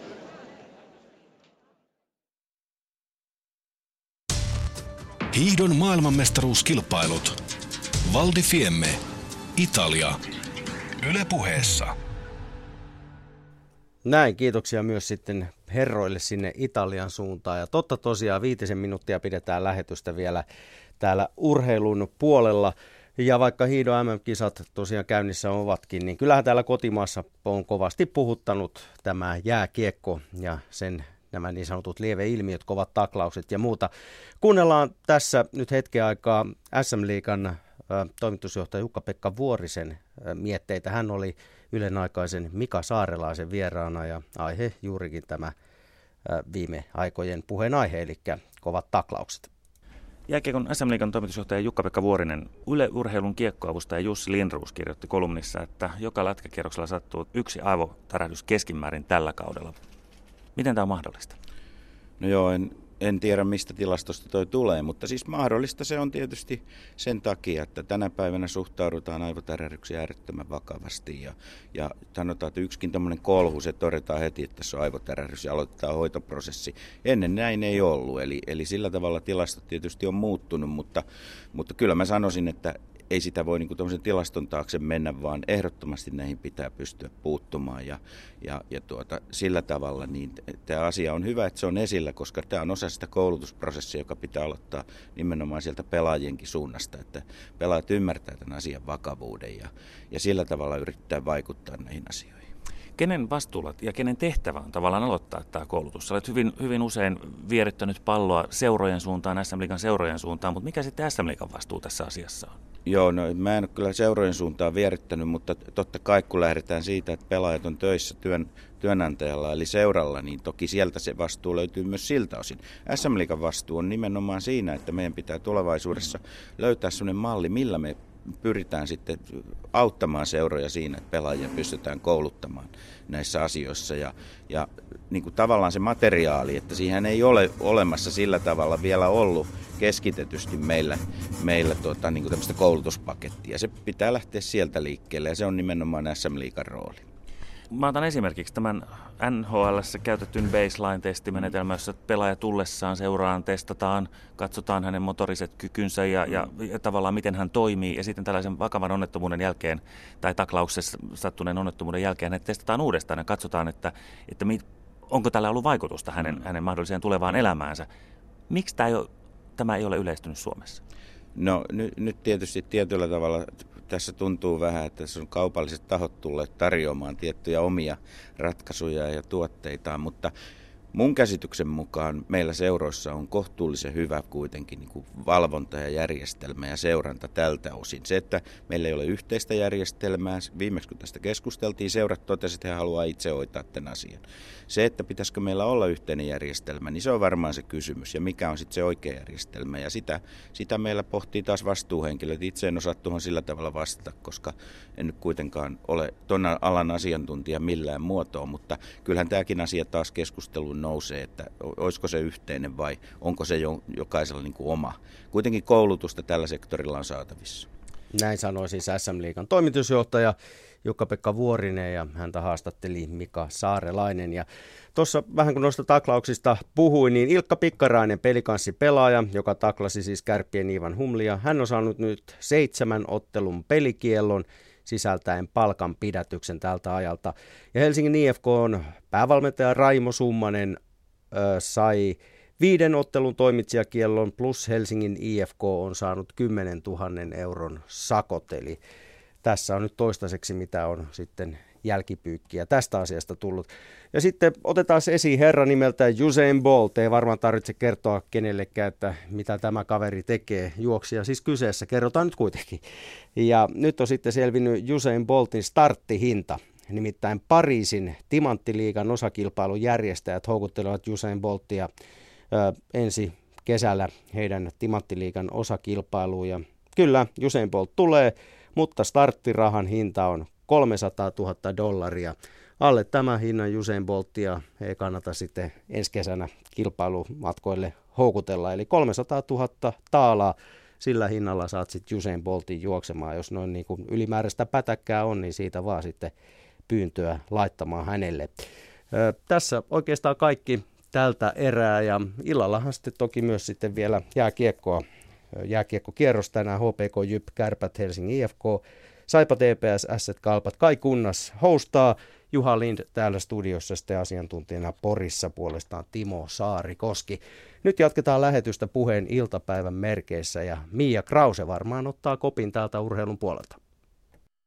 Hiihdon maailmanmestaruuskilpailut. Val di Fiemme, Italia. Yle Puheessa. Näin, kiitoksia myös sitten herroille sinne Italian suuntaan. Ja totta tosiaan 5 minuuttia pidetään lähetystä vielä täällä urheilun puolella. Ja vaikka hiihdon MM-kisat tosiaan käynnissä ovatkin, niin kyllähän täällä kotimaassa on kovasti puhuttanut tämä jääkiekko ja sen nämä niin sanotut lieveilmiöt, kovat taklaukset ja muuta. Kuunnellaan tässä nyt hetken aikaa SM-liigan toimitusjohtaja Jukka-Pekka Vuorisen mietteitä. Hän oli Ylen aikaisen Mika Saarelaisen vieraana ja aihe juurikin tämä viime aikojen puheenaihe, eli kovat taklaukset. Jääkiekon SM-liigan toimitusjohtaja Jukka-Pekka Vuorinen, Yle Urheilun kiekkoavustaja Jussi Lindroos kirjoitti kolumnissa, että joka lätkäkierroksella sattuu 1 aivotärähdys keskimäärin tällä kaudella. Miten tämä on mahdollista? No joo, en tiedä mistä tilastosta toi tulee, mutta siis mahdollista se on tietysti sen takia, että tänä päivänä suhtaudutaan aivotärähdyksiin äärettömän vakavasti ja sanotaan, että yksikin tämmöinen kolhu, se todetaan heti, että se on aivotärähdys ja aloitetaan hoitoprosessi. Ennen näin ei ollut, eli sillä tavalla tilastot tietysti on muuttunut, mutta kyllä mä sanoisin, että ei sitä voi niin tämmöisen tilaston taakse mennä, vaan ehdottomasti näihin pitää pystyä puuttumaan ja sillä tavalla niin tämä asia on hyvä, että se on esillä, koska tämä on osa sitä koulutusprosessia, joka pitää aloittaa nimenomaan sieltä pelaajienkin suunnasta, että pelaajat ymmärtää tämän asian vakavuuden ja sillä tavalla yrittää vaikuttaa näihin asioihin. Kenen vastuulla ja kenen tehtävä on tavallaan aloittaa tämä koulutus? Sä olet hyvin usein vierittänyt palloa seurojen suuntaan, SM-liigan seurojen suuntaan, mutta mikä sitten SM-liigan vastuu tässä asiassa on? Joo, no mä en ole kyllä seurojen suuntaan vierittänyt, mutta totta kai kun lähdetään siitä, että pelaajat on töissä työnantajalla eli seuralla, niin toki sieltä se vastuu löytyy myös siltä osin. SM-liigan vastuu on nimenomaan siinä, että meidän pitää tulevaisuudessa löytää sellainen malli, millä me pyritään sitten auttamaan seuroja siinä, että pelaajia pystytään kouluttamaan näissä asioissa ja niin kuin tavallaan se materiaali, että siihen ei ole olemassa sillä tavalla vielä ollut keskitetysti meillä niin kuin tämmöistä koulutuspakettia. Se pitää lähteä sieltä liikkeelle ja se on nimenomaan SM-liigan rooli. Mä otan esimerkiksi tämän NHL:ssä käytetyn baseline-testimenetelmä, jossa pelaaja tullessaan seuraan, testataan, katsotaan hänen motoriset kykynsä ja tavallaan miten hän toimii. Ja sitten tällaisen vakavan onnettomuuden jälkeen tai taklauksessa sattuneen onnettomuuden jälkeen hänet testataan uudestaan ja katsotaan, että onko tällä ollut vaikutusta hänen mahdolliseen tulevaan elämäänsä. Miksi tämä ei ole yleistynyt Suomessa? No nyt tietysti tietyllä tavalla tässä tuntuu vähän, että tässä on kaupalliset tahot tulleet tarjoamaan tiettyjä omia ratkaisuja ja tuotteitaan, mutta mun käsityksen mukaan meillä seuroissa on kohtuullisen hyvä kuitenkin niin kuin valvonta ja järjestelmä ja seuranta tältä osin. Se, että meillä ei ole yhteistä järjestelmää, viimeksi kun tästä keskusteltiin, seurat totesivat, että he haluaa itse hoitaa tämän asian. Se, että pitäisikö meillä olla yhteinen järjestelmä, niin se on varmaan se kysymys. Ja mikä on sitten se oikea järjestelmä. Ja sitä meillä pohtii taas vastuuhenkilöt. Itse en osaa tuohon sillä tavalla vastata, koska en nyt kuitenkaan ole tuon alan asiantuntija millään muotoa. Mutta kyllähän tämäkin asia taas keskusteluun nousee, että olisiko se yhteinen vai onko se jokaisella niin kuin oma. Kuitenkin koulutusta tällä sektorilla on saatavissa. Näin sanoi siis SM-liigan toimitusjohtaja Jukka-Pekka Vuorinen ja häntä haastatteli Mika Saarelainen. Ja tuossa vähän kun noista taklauksista puhuin, niin Ilkka Pikkarainen, pelikanssipelaaja, joka taklasi siis Kärppien Iivan Humlia, hän on saanut nyt 7 ottelun pelikiellon sisältäen palkanpidätyksen tältä ajalta. Ja Helsingin IFK:n päävalmentaja Raimo Summanen sai 5 ottelun toimitsijakiellon plus Helsingin IFK on saanut 10 000 euron sakot. Eli tässä on nyt toistaiseksi, mitä on sitten jälkipyykkiä tästä asiasta tullut. Ja sitten otetaan esiin herra nimeltä Usain Bolt. Ei varmaan tarvitse kertoa kenellekään, että mitä tämä kaveri tekee. Juoksija siis kyseessä, kerrotaan nyt kuitenkin. Ja nyt on sitten selvinnyt Usain Boltin starttihinta. Nimittäin Pariisin timanttiliigan osakilpailun järjestäjät houkuttelevat Usain Boltia ensi kesällä heidän timanttiliigan osakilpailuun. Ja kyllä, Usain Bolt tulee, mutta starttirahan hinta on $300,000. Alle tämän hinnan Usain Boltia ei kannata sitten ensi kesänä kilpailumatkoille houkutella. Eli 300,000 taalaa, sillä hinnalla saat sitten Usain Boltin juoksemaan. Jos noin niin kuin ylimääräistä pätäkkää on, niin siitä vaan sitten pyyntöä laittamaan hänelle. Tässä oikeastaan kaikki tältä erää ja illallahan sitten toki myös sitten vielä jääkiekkokierros tänään. HPK, Jyp, Kärpät, Helsingin IFK, Saipa, TPS, Ässät, Kalpat, Kai Kunnas hostaa. Juha Lind täällä studiossa sitten asiantuntijana Porissa, puolestaan Timo Saarikoski. Nyt jatketaan lähetystä Puheen iltapäivän merkeissä ja Mia Krause varmaan ottaa kopin täältä urheilun puolelta.